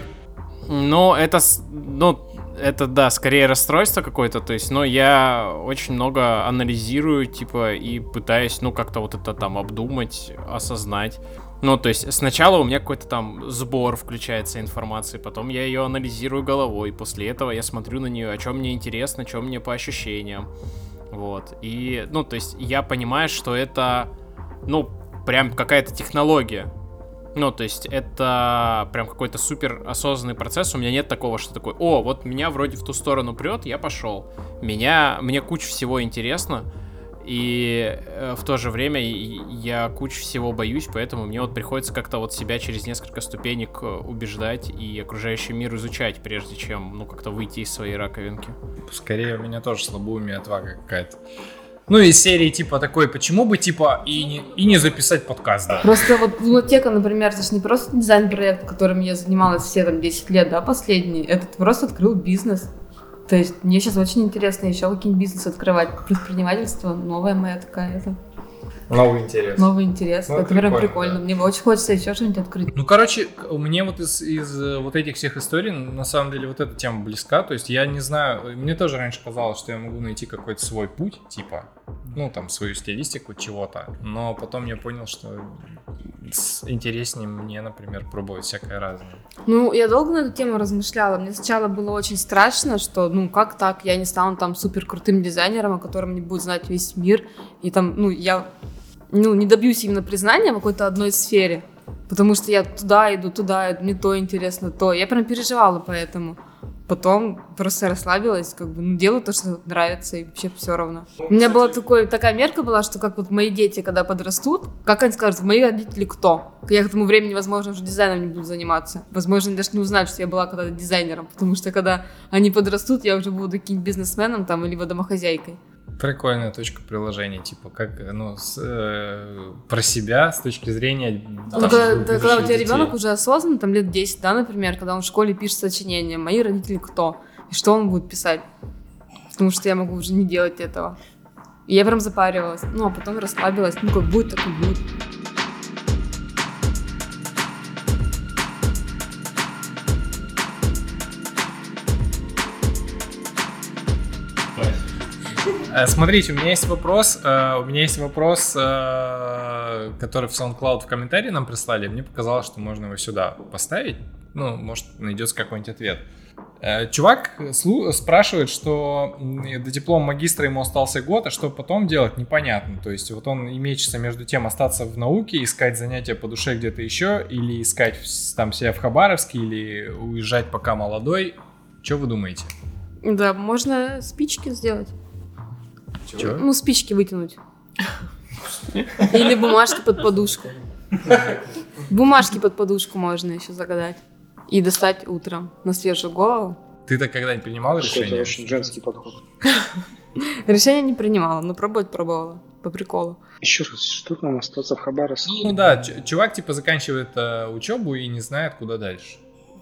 Это, да, скорее расстройство какое-то, то есть, но я очень много анализирую, и пытаюсь, как-то вот это там обдумать, осознать. То есть, сначала у меня какой-то там сбор включается информации, потом я ее анализирую головой, после этого я смотрю на нее, о чем мне интересно, что мне по ощущениям, вот. И, то есть, я понимаю, что это, прям какая-то технология. То есть это прям какой-то супер осознанный процесс. У меня нет такого, что такое: о, вот меня вроде в ту сторону прет, я пошел. Мне куча всего интересно, и в то же время я кучу всего боюсь, поэтому мне вот приходится как-то вот себя через несколько ступенек убеждать и окружающий мир изучать, прежде чем, как-то выйти из своей раковинки. Скорее, у меня тоже слабоумие, отвага какая-то. Из серии такой, почему бы и не записать подкаст, да. Просто вот Лунотека, например, это же не просто дизайн-проект, которым я занималась все 10 лет, да, последние. Это ты просто открыл бизнес. То есть мне сейчас очень интересно еще какие-нибудь бизнес открывать. Предпринимательство, новая моя такая это. Новый интерес. Новый интерес. Это прям прикольно. Да. Мне очень хочется еще что-нибудь открыть. Мне вот из вот этих всех историй, на самом деле, вот эта тема близка. То есть я не знаю, мне тоже раньше казалось, что я могу найти какой-то свой путь, свою стилистику чего-то. Но потом я понял, что интереснее мне, например, пробовать всякое разное. Я долго на эту тему размышляла. Мне сначала было очень страшно, что, как так, я не стану там супер крутым дизайнером, о котором не будет знать весь мир. И там, я не добьюсь именно признания в какой-то одной сфере, потому что я туда иду, мне то интересно, то. Я прям переживала по этому. Потом просто расслабилась, делаю то, что нравится, и вообще все равно. У меня была такая мерка была, что как вот мои дети, когда подрастут, как они скажут, мои родители кто? Я к этому времени, возможно, уже дизайном не буду заниматься. Возможно, они даже не узнают, что я была когда-то дизайнером, потому что когда они подрастут, я уже буду каким-нибудь бизнесменом там, либо домохозяйкой. Прикольная точка приложения, про себя с точки зрения... Когда у тебя ребенок уже осознан, там лет 10, да, например, когда он в школе пишет сочинение, мои родители кто? И что он будет писать? Потому что я могу уже не делать этого. И я прям запаривалась, а потом расслабилась, как будет, так и будет. Смотрите, у меня есть вопрос, который в SoundCloud в комментарии нам прислали. Мне показалось, что можно его сюда поставить. Может, найдется какой-нибудь ответ. Чувак спрашивает, что до диплома магистра ему остался год, а что потом делать, непонятно. То есть вот он мечется между тем остаться в науке, искать занятия по душе где-то еще, или искать там себя в Хабаровске, или уезжать пока молодой. Что вы думаете? Да, можно спички сделать. Чего? Спички вытянуть. Или бумажки под подушку. Бумажки под подушку можно еще загадать. И достать утром на свежую голову. Ты-то когда-нибудь принимал решение? Это очень женский подход. Решение не принимала, но пробовать пробовала. По приколу. Еще раз, что там остаться в Хабаровске? Чувак заканчивает учебу и не знает, куда дальше.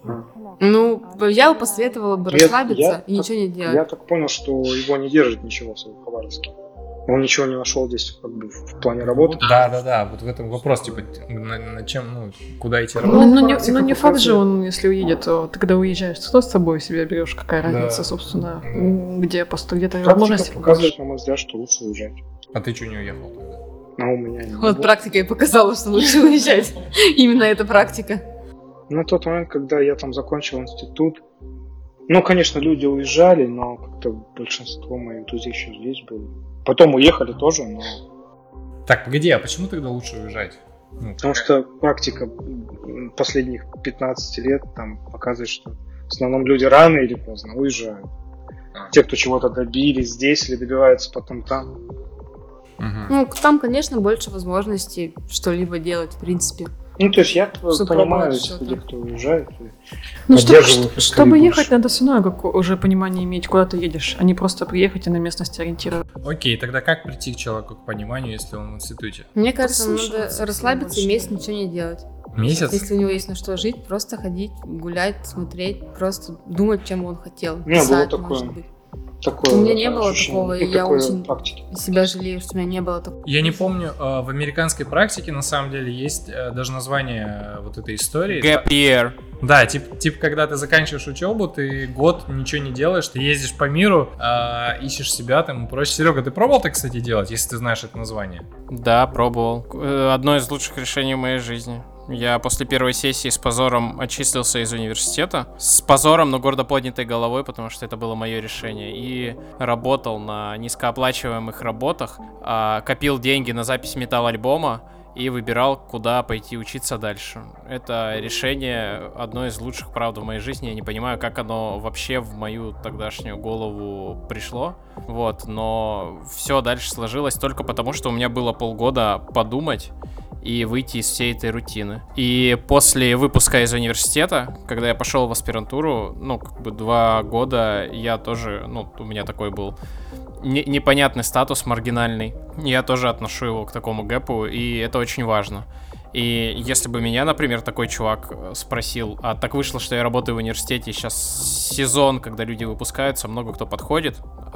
Я бы посоветовала бы расслабиться и ничего не делать. Я так понял, что его не держит ничего в Хабаровске. Он ничего не нашел здесь в плане работы. Да. Вот в этом вопрос, на чем, куда идти работать. Не факт же он, если уедет, то ты когда уезжаешь, что с собой себе берешь, какая разница, собственно, где где-то возможности. Практика показывает, на мой взгляд, что лучше уезжать. А ты что не уехал тогда? У меня не было. Практика и показала, что лучше уезжать. Именно эта практика. На тот момент, когда я там закончил институт, конечно, люди уезжали, но как-то большинство моих друзей еще здесь было. Потом уехали тоже, но... Так, погоди, а почему тогда лучше уезжать? Потому что практика последних 15 лет там показывает, что в основном люди рано или поздно уезжают. Те, кто чего-то добились здесь или добиваются потом там. Там, конечно, больше возможностей что-либо делать, в принципе. То есть я понимаю людей, кто уезжает. Чтобы ехать, надо все равно уже понимание иметь, куда ты едешь, а не просто приехать и на местности ориентироваться. Окей, тогда как прийти к человеку к пониманию, если он в институте? Мне кажется, надо расслабиться и месяц ничего не делать. Месяц? Если у него есть на что жить, просто ходить, гулять, смотреть, просто думать, чем он хотел. У меня было такое. такое. У меня не было ощущение, такого, и я очень практики. себя жалею, что у меня не было такого. Я не помню, в американской практике на самом деле есть даже название вот этой истории. Gap year. Да, типа, когда ты заканчиваешь учебу, ты год ничего не делаешь, ты ездишь по миру, ищешь себя там и прочее. Серега, ты пробовал так, кстати, делать, если ты знаешь это название? Да, пробовал. Одно из лучших решений в моей жизни. Я после первой сессии с позором отчислился из университета. С позором, но гордо поднятой головой, потому что это было мое решение. И работал на низкооплачиваемых работах, копил деньги на запись метал-альбома и выбирал, куда пойти учиться дальше. Это решение одно из лучших, правда, в моей жизни. Я не понимаю, как оно вообще в мою тогдашнюю голову пришло. Вот, но все дальше сложилось только потому, что у меня было полгода подумать и выйти из всей этой рутины. И после выпуска из университета, когда я пошел в аспирантуру, 2 года я тоже, у меня такой был непонятный статус, маргинальный. Я тоже отношу его к такому гэпу, и это очень важно. И если бы меня, например, такой чувак спросил, а так вышло, что я работаю в университете, сейчас сезон, когда люди выпускаются, много кто подходит,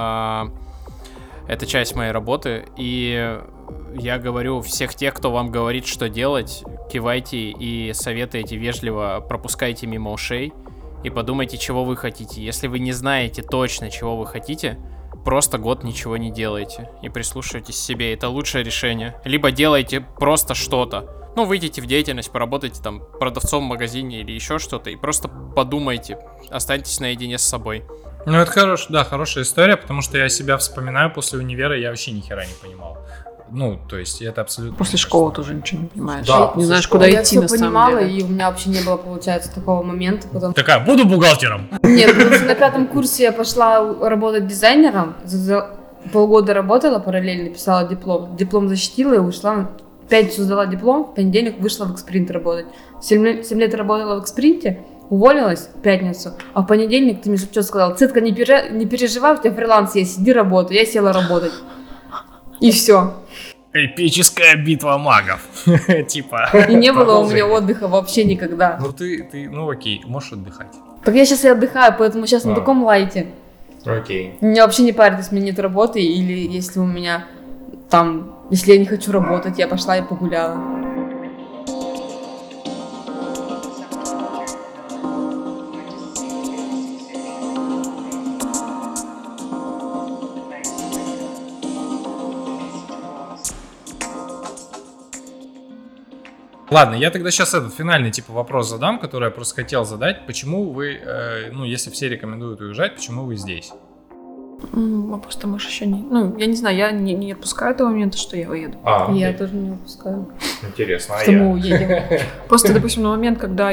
это часть моей работы, и я говорю, всех тех, кто вам говорит, что делать, кивайте и советуйте вежливо, пропускайте мимо ушей и подумайте, чего вы хотите. Если вы не знаете точно, чего вы хотите, просто год ничего не делайте и прислушивайтесь к себе. Это лучшее решение. Либо делайте просто что-то. Выйдите в деятельность, поработайте там продавцом в магазине или еще что-то и просто подумайте, останьтесь наедине с собой. Это хорошая история, потому что я себя вспоминаю после универа, я вообще ни хера не понимал. То есть это абсолютно... После школы тоже ничего не понимаешь. Да, не знаешь, куда идти на самом деле. Я все понимала, и у меня вообще не было, получается, такого момента. Такая, буду бухгалтером. Нет, потому что на 5 курсе я пошла работать дизайнером. Полгода работала параллельно, писала диплом. Диплом защитила и ушла. В пятницу сдала диплом, в понедельник вышла в Экспринт работать. 7 лет работала в Экспринте, уволилась в пятницу, а в понедельник ты мне что сказал: Цитка, не переживай, у тебя фриланс есть, иди работай. Я села работать. И все. Эпическая битва магов. Типа. И не было у меня отдыха вообще никогда. Ты, окей, можешь отдыхать. Так я сейчас и отдыхаю, поэтому сейчас на таком лайте. Окей. Меня вообще не парит, если у меня нет работы, или если у меня там, если я не хочу работать, я пошла и погуляла. Ладно, я тогда сейчас этот финальный вопрос задам, который я просто хотел задать. Почему вы, если все рекомендуют уезжать, почему вы здесь? Просто мы же еще не... я не знаю, я не отпускаю того момента, что я уеду. Я тоже не отпускаю. Интересно, что мы уедем. Просто, допустим, на момент, когда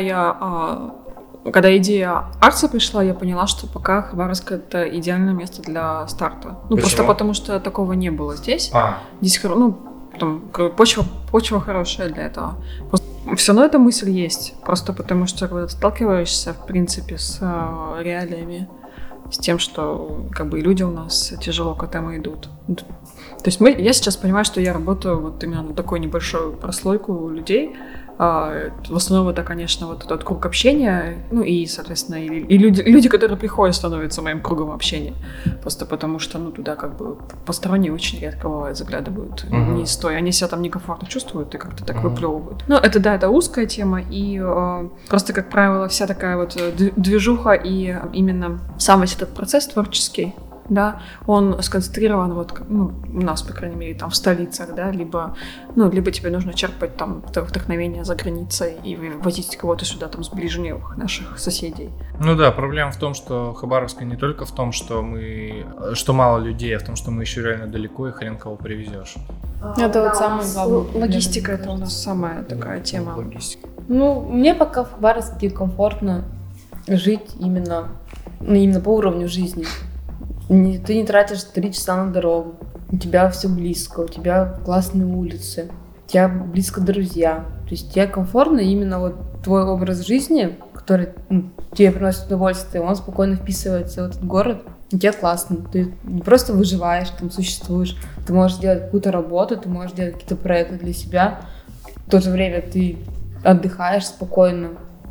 идея Арца пришла, я поняла, что пока Хабаровск — это идеальное место для старта. Просто потому что такого не было здесь. Здесь, почва хорошая для этого. Все равно эта мысль есть. Просто потому что когда ты сталкиваешься, в принципе, с реалиями, с тем, что и люди у нас тяжело к этому идут. То есть я сейчас понимаю, что я работаю именно на такую небольшую прослойку людей. В основном это, конечно, этот круг общения, и, соответственно, и люди, которые приходят, становятся моим кругом общения. Просто потому что, туда посторонние очень редко бывает заглядывают. Не стоя, они себя там некомфортно чувствуют и как-то так выплевывают. Это узкая тема, и просто, как правило, вся такая движуха и именно сам весь этот процесс творческий, да, он сконцентрирован у нас, по крайней мере, там в столицах, да, либо тебе нужно черпать там вдохновение за границей и возить кого-то сюда там с ближних наших соседей. Проблема в том, что Хабаровска не только в том, что мало людей, а в том, что мы еще реально далеко и хрен кого привезешь. Это самое главное. Логистика — это у нас самая такая тема. Логистика. Мне пока в Хабаровске комфортно жить именно по уровню жизни. Ты не тратишь 3 часа на дорогу, у тебя все близко, у тебя классные улицы, у тебя близко друзья. То есть тебе комфортно, именно твой образ жизни, который тебе приносит удовольствие, он спокойно вписывается в этот город, и тебе классно. Ты не просто выживаешь, там существуешь, ты можешь делать какую-то работу, ты можешь делать какие-то проекты для себя, в то же время ты отдыхаешь спокойно,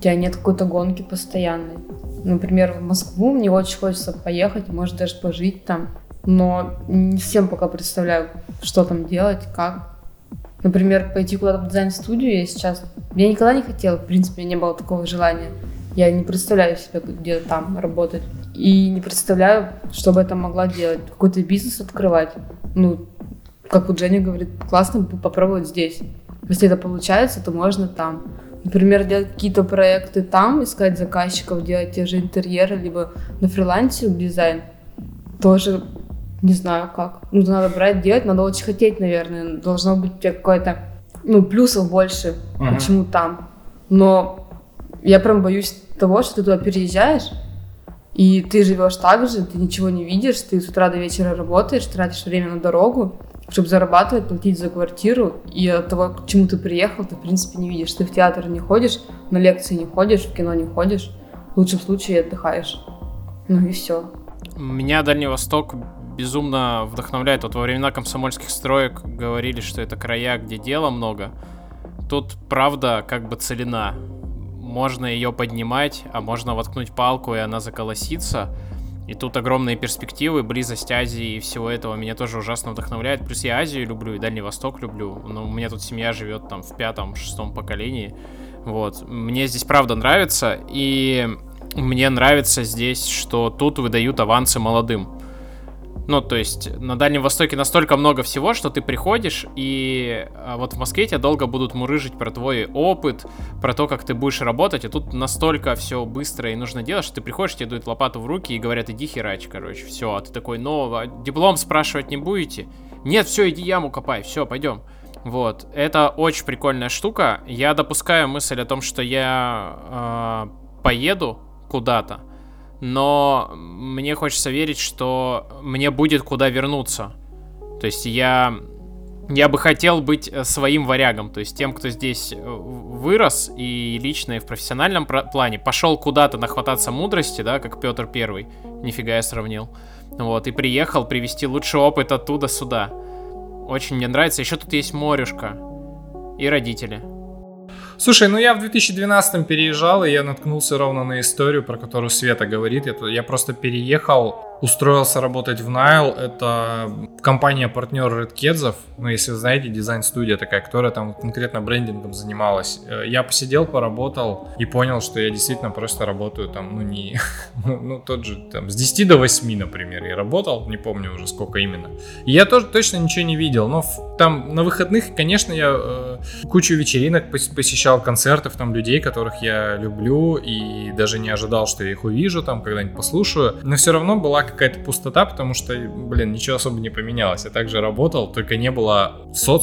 тебя нет какой-то гонки постоянной. Например, в Москву мне очень хочется поехать, может даже пожить там, но не всем пока представляю, что там делать, как. Например, пойти куда-то в дизайн-студию я сейчас... Я никогда не хотела, в принципе, не было такого желания. Я не представляю себя где-то там работать. И не представляю, что бы это могла делать. Какой-то бизнес открывать. Ну, как вот Женя говорит, классно попробовать здесь. Если это получается, то можно там. Например, делать какие-то проекты там, искать заказчиков, делать те же интерьеры, либо на фрилансе дизайн. Тоже не знаю как. Ну, надо брать, делать, надо очень хотеть, наверное. Должно быть у тебя какое-то, плюсов больше, почему там. Но я прям боюсь того, что ты туда переезжаешь, и ты живешь так же, ты ничего не видишь, ты с утра до вечера работаешь, тратишь время на дорогу, чтобы зарабатывать, платить за квартиру, и от того, к чему ты приехал, ты, в принципе, не видишь. Ты в театр не ходишь, на лекции не ходишь, в кино не ходишь. В лучшем случае отдыхаешь. Ну и все. Меня Дальний Восток безумно вдохновляет. Вот во времена комсомольских строек говорили, что это края, где дела много. Тут правда как бы целина. Можно ее поднимать, а можно воткнуть палку, и она заколосится. И тут огромные перспективы, близость Азии и всего этого меня тоже ужасно вдохновляет. Плюс я Азию люблю и Дальний Восток люблю. Но у меня тут семья живет там в 5-6 поколении. Вот. Мне здесь правда нравится. И мне нравится здесь, что тут выдают авансы молодым. Ну, то есть на Дальнем Востоке настолько много всего, что ты приходишь, и вот в Москве тебя долго будут мурыжить про твой опыт, про то, как ты будешь работать, а тут настолько все быстро и нужно делать, что ты приходишь, тебе дают лопату в руки и говорят, иди херач, короче, все, а ты такой, диплом спрашивать не будете? Нет, все, иди яму копай, все, пойдем. Вот, это очень прикольная штука, я допускаю мысль о том, что я поеду куда-то, но мне хочется верить, что мне будет куда вернуться. То есть я бы хотел быть своим варягом, то есть тем, кто здесь вырос и лично, и в профессиональном плане, пошел куда-то нахвататься мудрости, да, как Петр Первый, нифига я сравнил, вот, и приехал привезти лучший опыт оттуда сюда. Очень мне нравится. Еще тут есть морюшка и родители. Слушай, я в 2012-м переезжал, и я наткнулся ровно на историю, про которую Света говорит. Я просто переехал, устроился работать в Nile. Это компания-партнер Red Kids. Если вы знаете, дизайн-студия такая, которая там конкретно брендингом занималась. Я посидел, поработал и понял, что я действительно просто работаю там, тот же, там, с 10 до 8, например, я работал, не помню уже сколько именно. И я тоже точно ничего не видел, но там на выходных, конечно, я кучу вечеринок посещал, концертов там людей, которых я люблю, и даже не ожидал, что я их увижу там, когда-нибудь послушаю. Но все равно была какая-то пустота, потому что, ничего особо не поменялось. Я также работал, только не было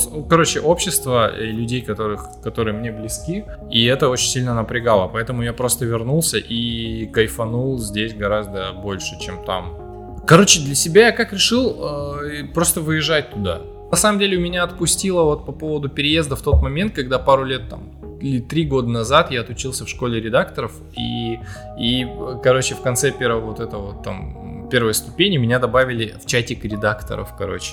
общества и людей, которые мне близки, и это очень сильно напрягало. Поэтому я просто вернулся и кайфанул здесь гораздо больше, чем там. Для себя я как решил просто выезжать туда. На самом деле у меня отпустило по поводу переезда в тот момент, когда пару лет или 3 года назад я отучился в школе редакторов, и в конце первой ступени меня добавили в чатик редакторов,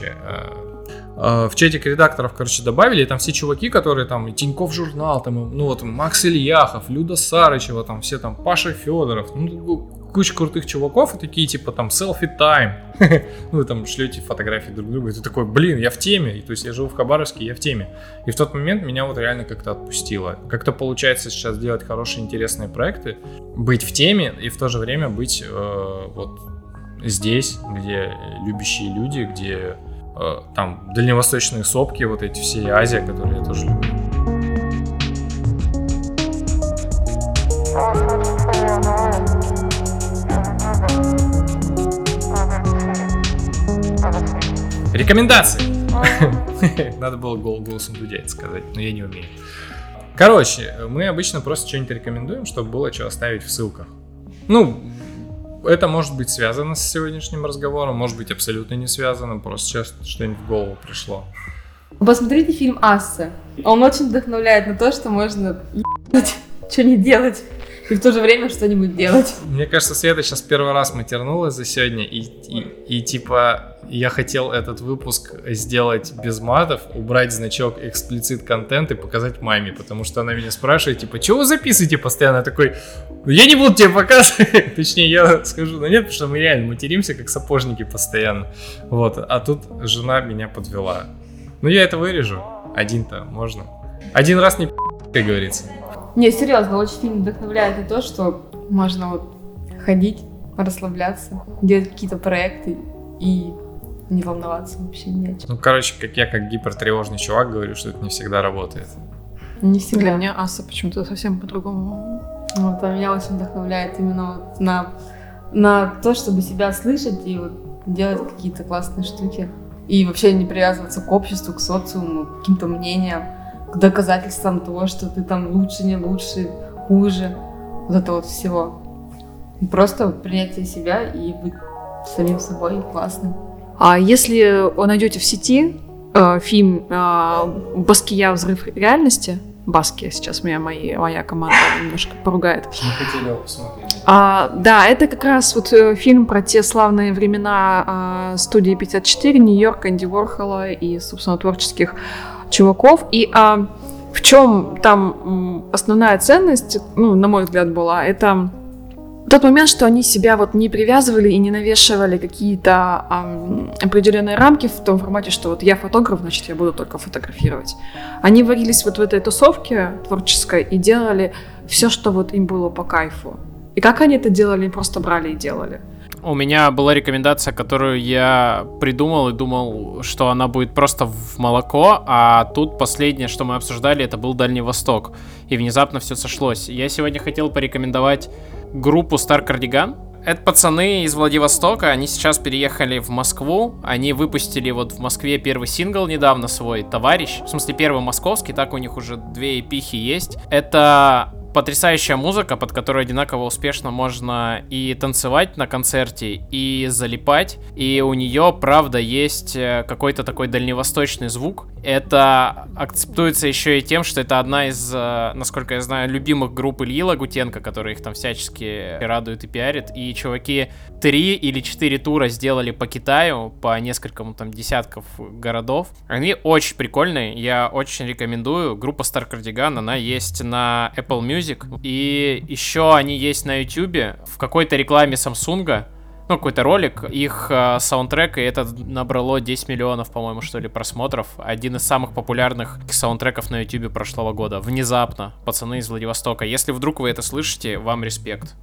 в чатик редакторов, добавили, и там все чуваки, которые там, Тинькофф журнал, Макс Ильяхов, Люда Сарычева, там все там, Паша Федоров, куча крутых чуваков, и такие, селфи-тайм. Вы там шлете фотографии друг друга, и ты такой, я в теме, то есть я живу в Хабаровске, я в теме. И в тот момент меня реально как-то отпустило. Как-то получается сейчас делать хорошие, интересные проекты, быть в теме, и в то же время быть здесь, где любящие люди, где там дальневосточные сопки, эти все, Азия, которые я тоже люблю. Рекомендации. Надо было голосом Дудя это сказать, но я не умею. Мы обычно просто что-нибудь рекомендуем, чтобы было что оставить в ссылках. Это может быть связано с сегодняшним разговором, может быть абсолютно не связано, просто сейчас что-нибудь в голову пришло. Посмотрите фильм «Асса». Он очень вдохновляет на то, что можно что не делать. и в то же время что-нибудь делать. Мне кажется, Света сейчас первый раз матернулась за сегодня, и типа я хотел этот выпуск сделать без матов, убрать значок эксплицит контент и показать маме, потому что она меня спрашивает, типа, чего вы записываете постоянно? Я такой, я не буду тебе показывать, точнее я скажу, нет, потому что мы реально материмся как сапожники постоянно, вот, а тут жена меня подвела. Ну я это вырежу, один-то можно. Один раз не как говорится. Не, серьезно, очень фильм вдохновляет и то, что можно вот ходить, расслабляться, делать какие-то проекты и не волноваться вообще ни о чем. Ну, короче, как гипертревожный чувак говорю, что это не всегда работает. Не всегда. Для меня Аса почему-то совсем по-другому. Вот, а меня очень вдохновляет именно вот на то, чтобы себя слышать и вот делать какие-то классные штуки. И вообще не привязываться к обществу, к социуму, к каким-то мнениям, к доказательствам того, что ты там лучше, не лучше, хуже. Вот это вот всего. И просто принятие себя и быть самим собой классным. А если вы найдете в сети фильм «Баския. Взрыв реальности», Баския сейчас моя команда немножко поругает. Мы хотели его посмотреть. Да, это как раз вот фильм про те славные времена студии 54, Нью-Йорк, Энди Уорхола и, собственно, творческих чуваков. И в чем там основная ценность, ну, на мой взгляд, была, это тот момент, что они себя вот не привязывали и не навешивали какие-то определенные рамки в том формате, что вот я фотограф, значит, я буду только фотографировать. Они варились вот в этой тусовке творческой и делали все, что вот им было по кайфу. И как они это делали, просто брали и делали. У меня была рекомендация, которую я придумал и думал, что она будет просто в молоко, а тут последнее, что мы обсуждали, это был Дальний Восток. И внезапно все сошлось. Я сегодня хотел порекомендовать группу Star Cardigan. Это пацаны из Владивостока, они сейчас переехали в Москву, они выпустили вот в Москве первый сингл недавно свой, «Товарищ», в смысле первый московский, так у них уже 2 эпихи есть. Это потрясающая музыка, под которую одинаково успешно можно и танцевать на концерте, и залипать. И у нее, правда, есть какой-то такой дальневосточный звук. Это акцептуется еще и тем, что это одна из, насколько я знаю, любимых групп Ильи Лагутенко, которые их там всячески радуют и пиарят. И чуваки 3 или 4 тура сделали по Китаю, по нескольким там десятков городов. Они очень прикольные, я очень рекомендую. Группа Star Cardigan, она есть на Apple Music. И еще они есть на YouTube в какой-то рекламе Samsung, ну, какой-то ролик, их саундтрек, и это набрало 10 миллионов, по-моему, что ли, просмотров. Один из самых популярных саундтреков на YouTube прошлого года. Внезапно. Пацаны из Владивостока. Если вдруг вы это слышите, вам респект.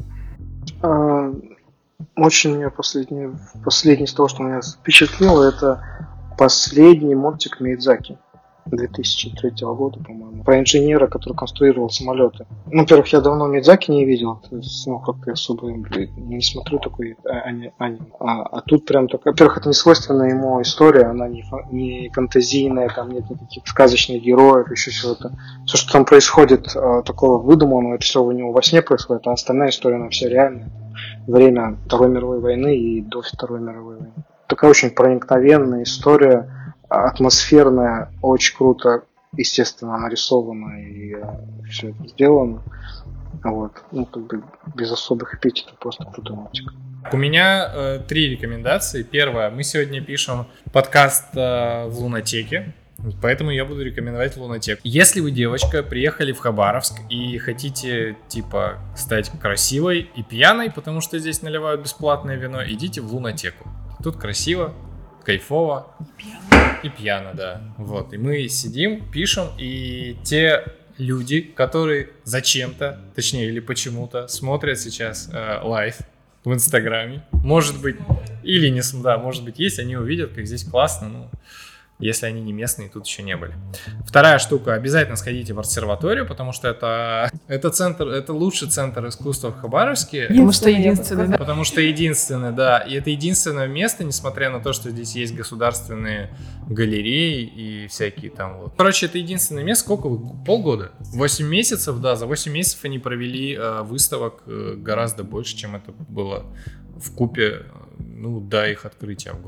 Очень меня последний из того, что меня впечатлило, это последний мультик Миядзаки 2003 года, по-моему, про инженера, который конструировал самолеты. Ну, во-первых, я давно Миядзаки не видел, то есть, ну, как-то особо не смотрю такой аниме. А тут прям так, во-первых, это не свойственная ему история, она не фантазийная, там нет никаких сказочных героев, еще чего-то. Все, что там происходит такого выдуманного, это все у него во сне происходит, а остальная история, она вся реальная. Время Второй мировой войны и до Второй мировой войны. Такая очень проникновенная история, атмосферная, очень круто, естественно, нарисована и все это сделано. Вот. Ну, как бы без особых эпитетов, просто крутой мультик. У меня 3 рекомендации. Первое. Мы сегодня пишем подкаст в Лунотеке, поэтому я буду рекомендовать Лунотек. Если вы девочка, приехали в Хабаровск и хотите, типа, стать красивой и пьяной, потому что здесь наливают бесплатное вино, идите в Лунотеку. Тут красиво, кайфово и пьяно, да. Вот. И мы сидим, пишем, и те люди, которые зачем-то, точнее, или почему-то смотрят сейчас лайв в Инстаграме, может быть, или не, да, может быть, есть, они увидят, как здесь классно, ну, если они не местные, тут еще не были. Вторая штука, обязательно сходите в обсерваторию, потому что это центр, это лучший центр искусства в Хабаровске. Потому что единственный, да? Потому что единственный, да. И это единственное место, несмотря на то, что здесь есть государственные галереи и всякие там вот. Короче, это единственное место, сколько? Полгода? 8 месяцев, да. За 8 месяцев они провели выставок гораздо больше, чем это было вкупе, ну, до их открытия в городе.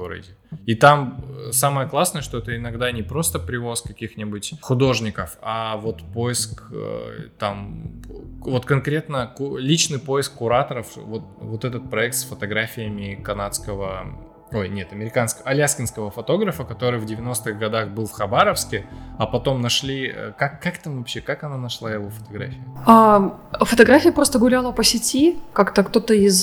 И там самое классное, что это иногда не просто привоз каких-нибудь художников, а вот поиск там, вот конкретно личный поиск кураторов. Вот этот проект с фотографиями аляскинского фотографа, который в 90-х годах был в Хабаровске, а потом нашли... Как она нашла его фотографию? Фотография просто гуляла по сети, как-то кто-то из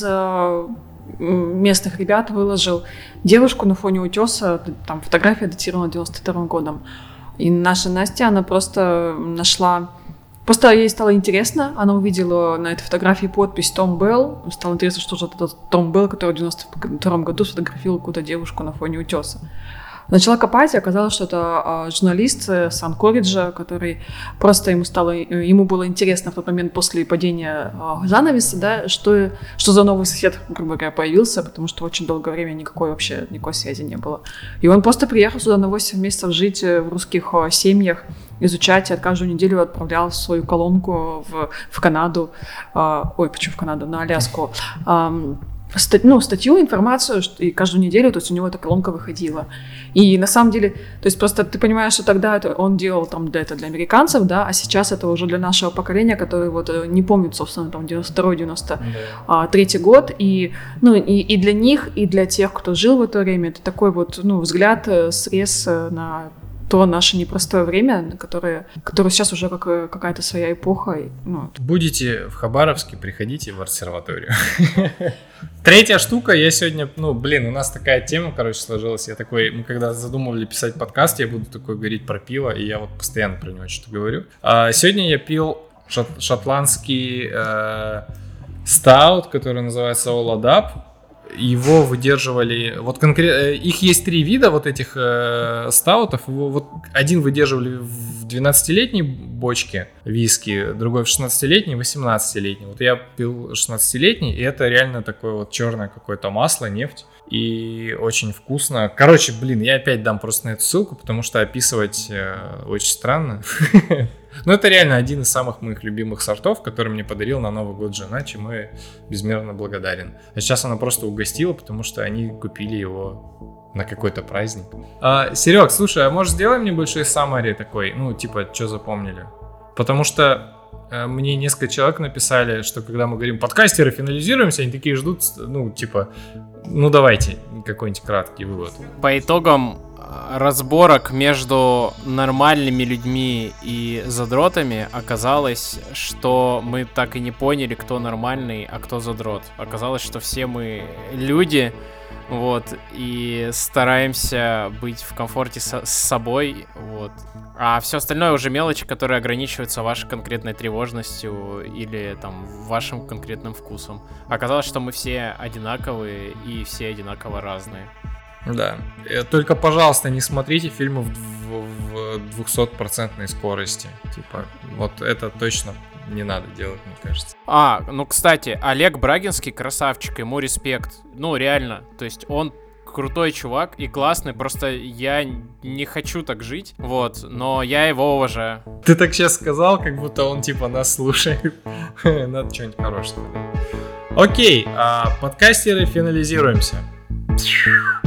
местных ребят выложил девушку на фоне утеса, там фотография датирована 92-м годом. И наша Настя, она просто нашла... Просто ей стало интересно, она увидела на этой фотографии подпись Том Белл, стало интересно, что же это Том Белл, который в 92-м году сфотографировал какую-то девушку на фоне утеса. Начала копать, и оказалось, что это журналист с Анкориджа, который просто ему было интересно в тот момент после падения занавеса, да, что за новый сосед, грубо говоря, появился, потому что очень долгое время никакой связи не было. И он просто приехал сюда на 8 месяцев жить в русских семьях, изучать, и каждую неделю отправлял свою колонку в Канаду, почему в Канаду, на Аляску, статью, информацию, и каждую неделю, то есть у него эта колонка выходила. И на самом деле, то есть просто ты понимаешь, что тогда это он делал там это для американцев, да, а сейчас это уже для нашего поколения, которые вот не помнят, собственно, там 92-93 год, и для них, и для тех, кто жил в это время, это такой вот, взгляд, срез на то наше непростое время, которое сейчас уже как какая-то своя эпоха. Будете в Хабаровске, приходите в обсерваторию. Третья штука, я сегодня, у нас такая тема, сложилась. Мы когда задумывали писать подкаст, я буду такой говорить про пиво, и я вот постоянно про него что-то говорю. Сегодня я пил шотландский стаут, который называется All Adab. Его выдерживали, их есть 3 вида вот этих стаутов. Один выдерживали в 12-летней бочке виски, другой в 16-летней, 18-летней. Вот я пил 16-летний, и это реально такое черное какое-то масло, нефть. И очень вкусно. Я опять дам просто на эту ссылку, потому что описывать очень странно. Но это реально один из самых моих любимых сортов, который мне подарил на Новый год жена, чему я безмерно благодарен. А сейчас она просто угостила, потому что они купили его на какой-то праздник. Серег, слушай, а может сделай мне большой summary такой, что запомнили? Потому что мне несколько человек написали, что когда мы говорим подкастеры, финализируемся, они такие ждут, давайте какой-нибудь краткий вывод. По итогам разборок между нормальными людьми и задротами оказалось, что мы так и не поняли, кто нормальный, а кто задрот. Оказалось, что все мы люди, и стараемся быть в комфорте с собой, А все остальное уже мелочи, которые ограничиваются вашей конкретной тревожностью или вашим конкретным вкусом. Оказалось, что мы все одинаковые и все одинаково разные. Да. Только, пожалуйста, не смотрите фильмы в 200% скорости. Это точно не надо делать, мне кажется. Кстати, Олег Брагинский красавчик, ему респект. Реально. То есть он крутой чувак и классный, просто я не хочу так жить, но я его уважаю. Ты так сейчас сказал, как будто он нас слушает. Надо что-нибудь хорошее. Окей, подкастеры, финализируемся.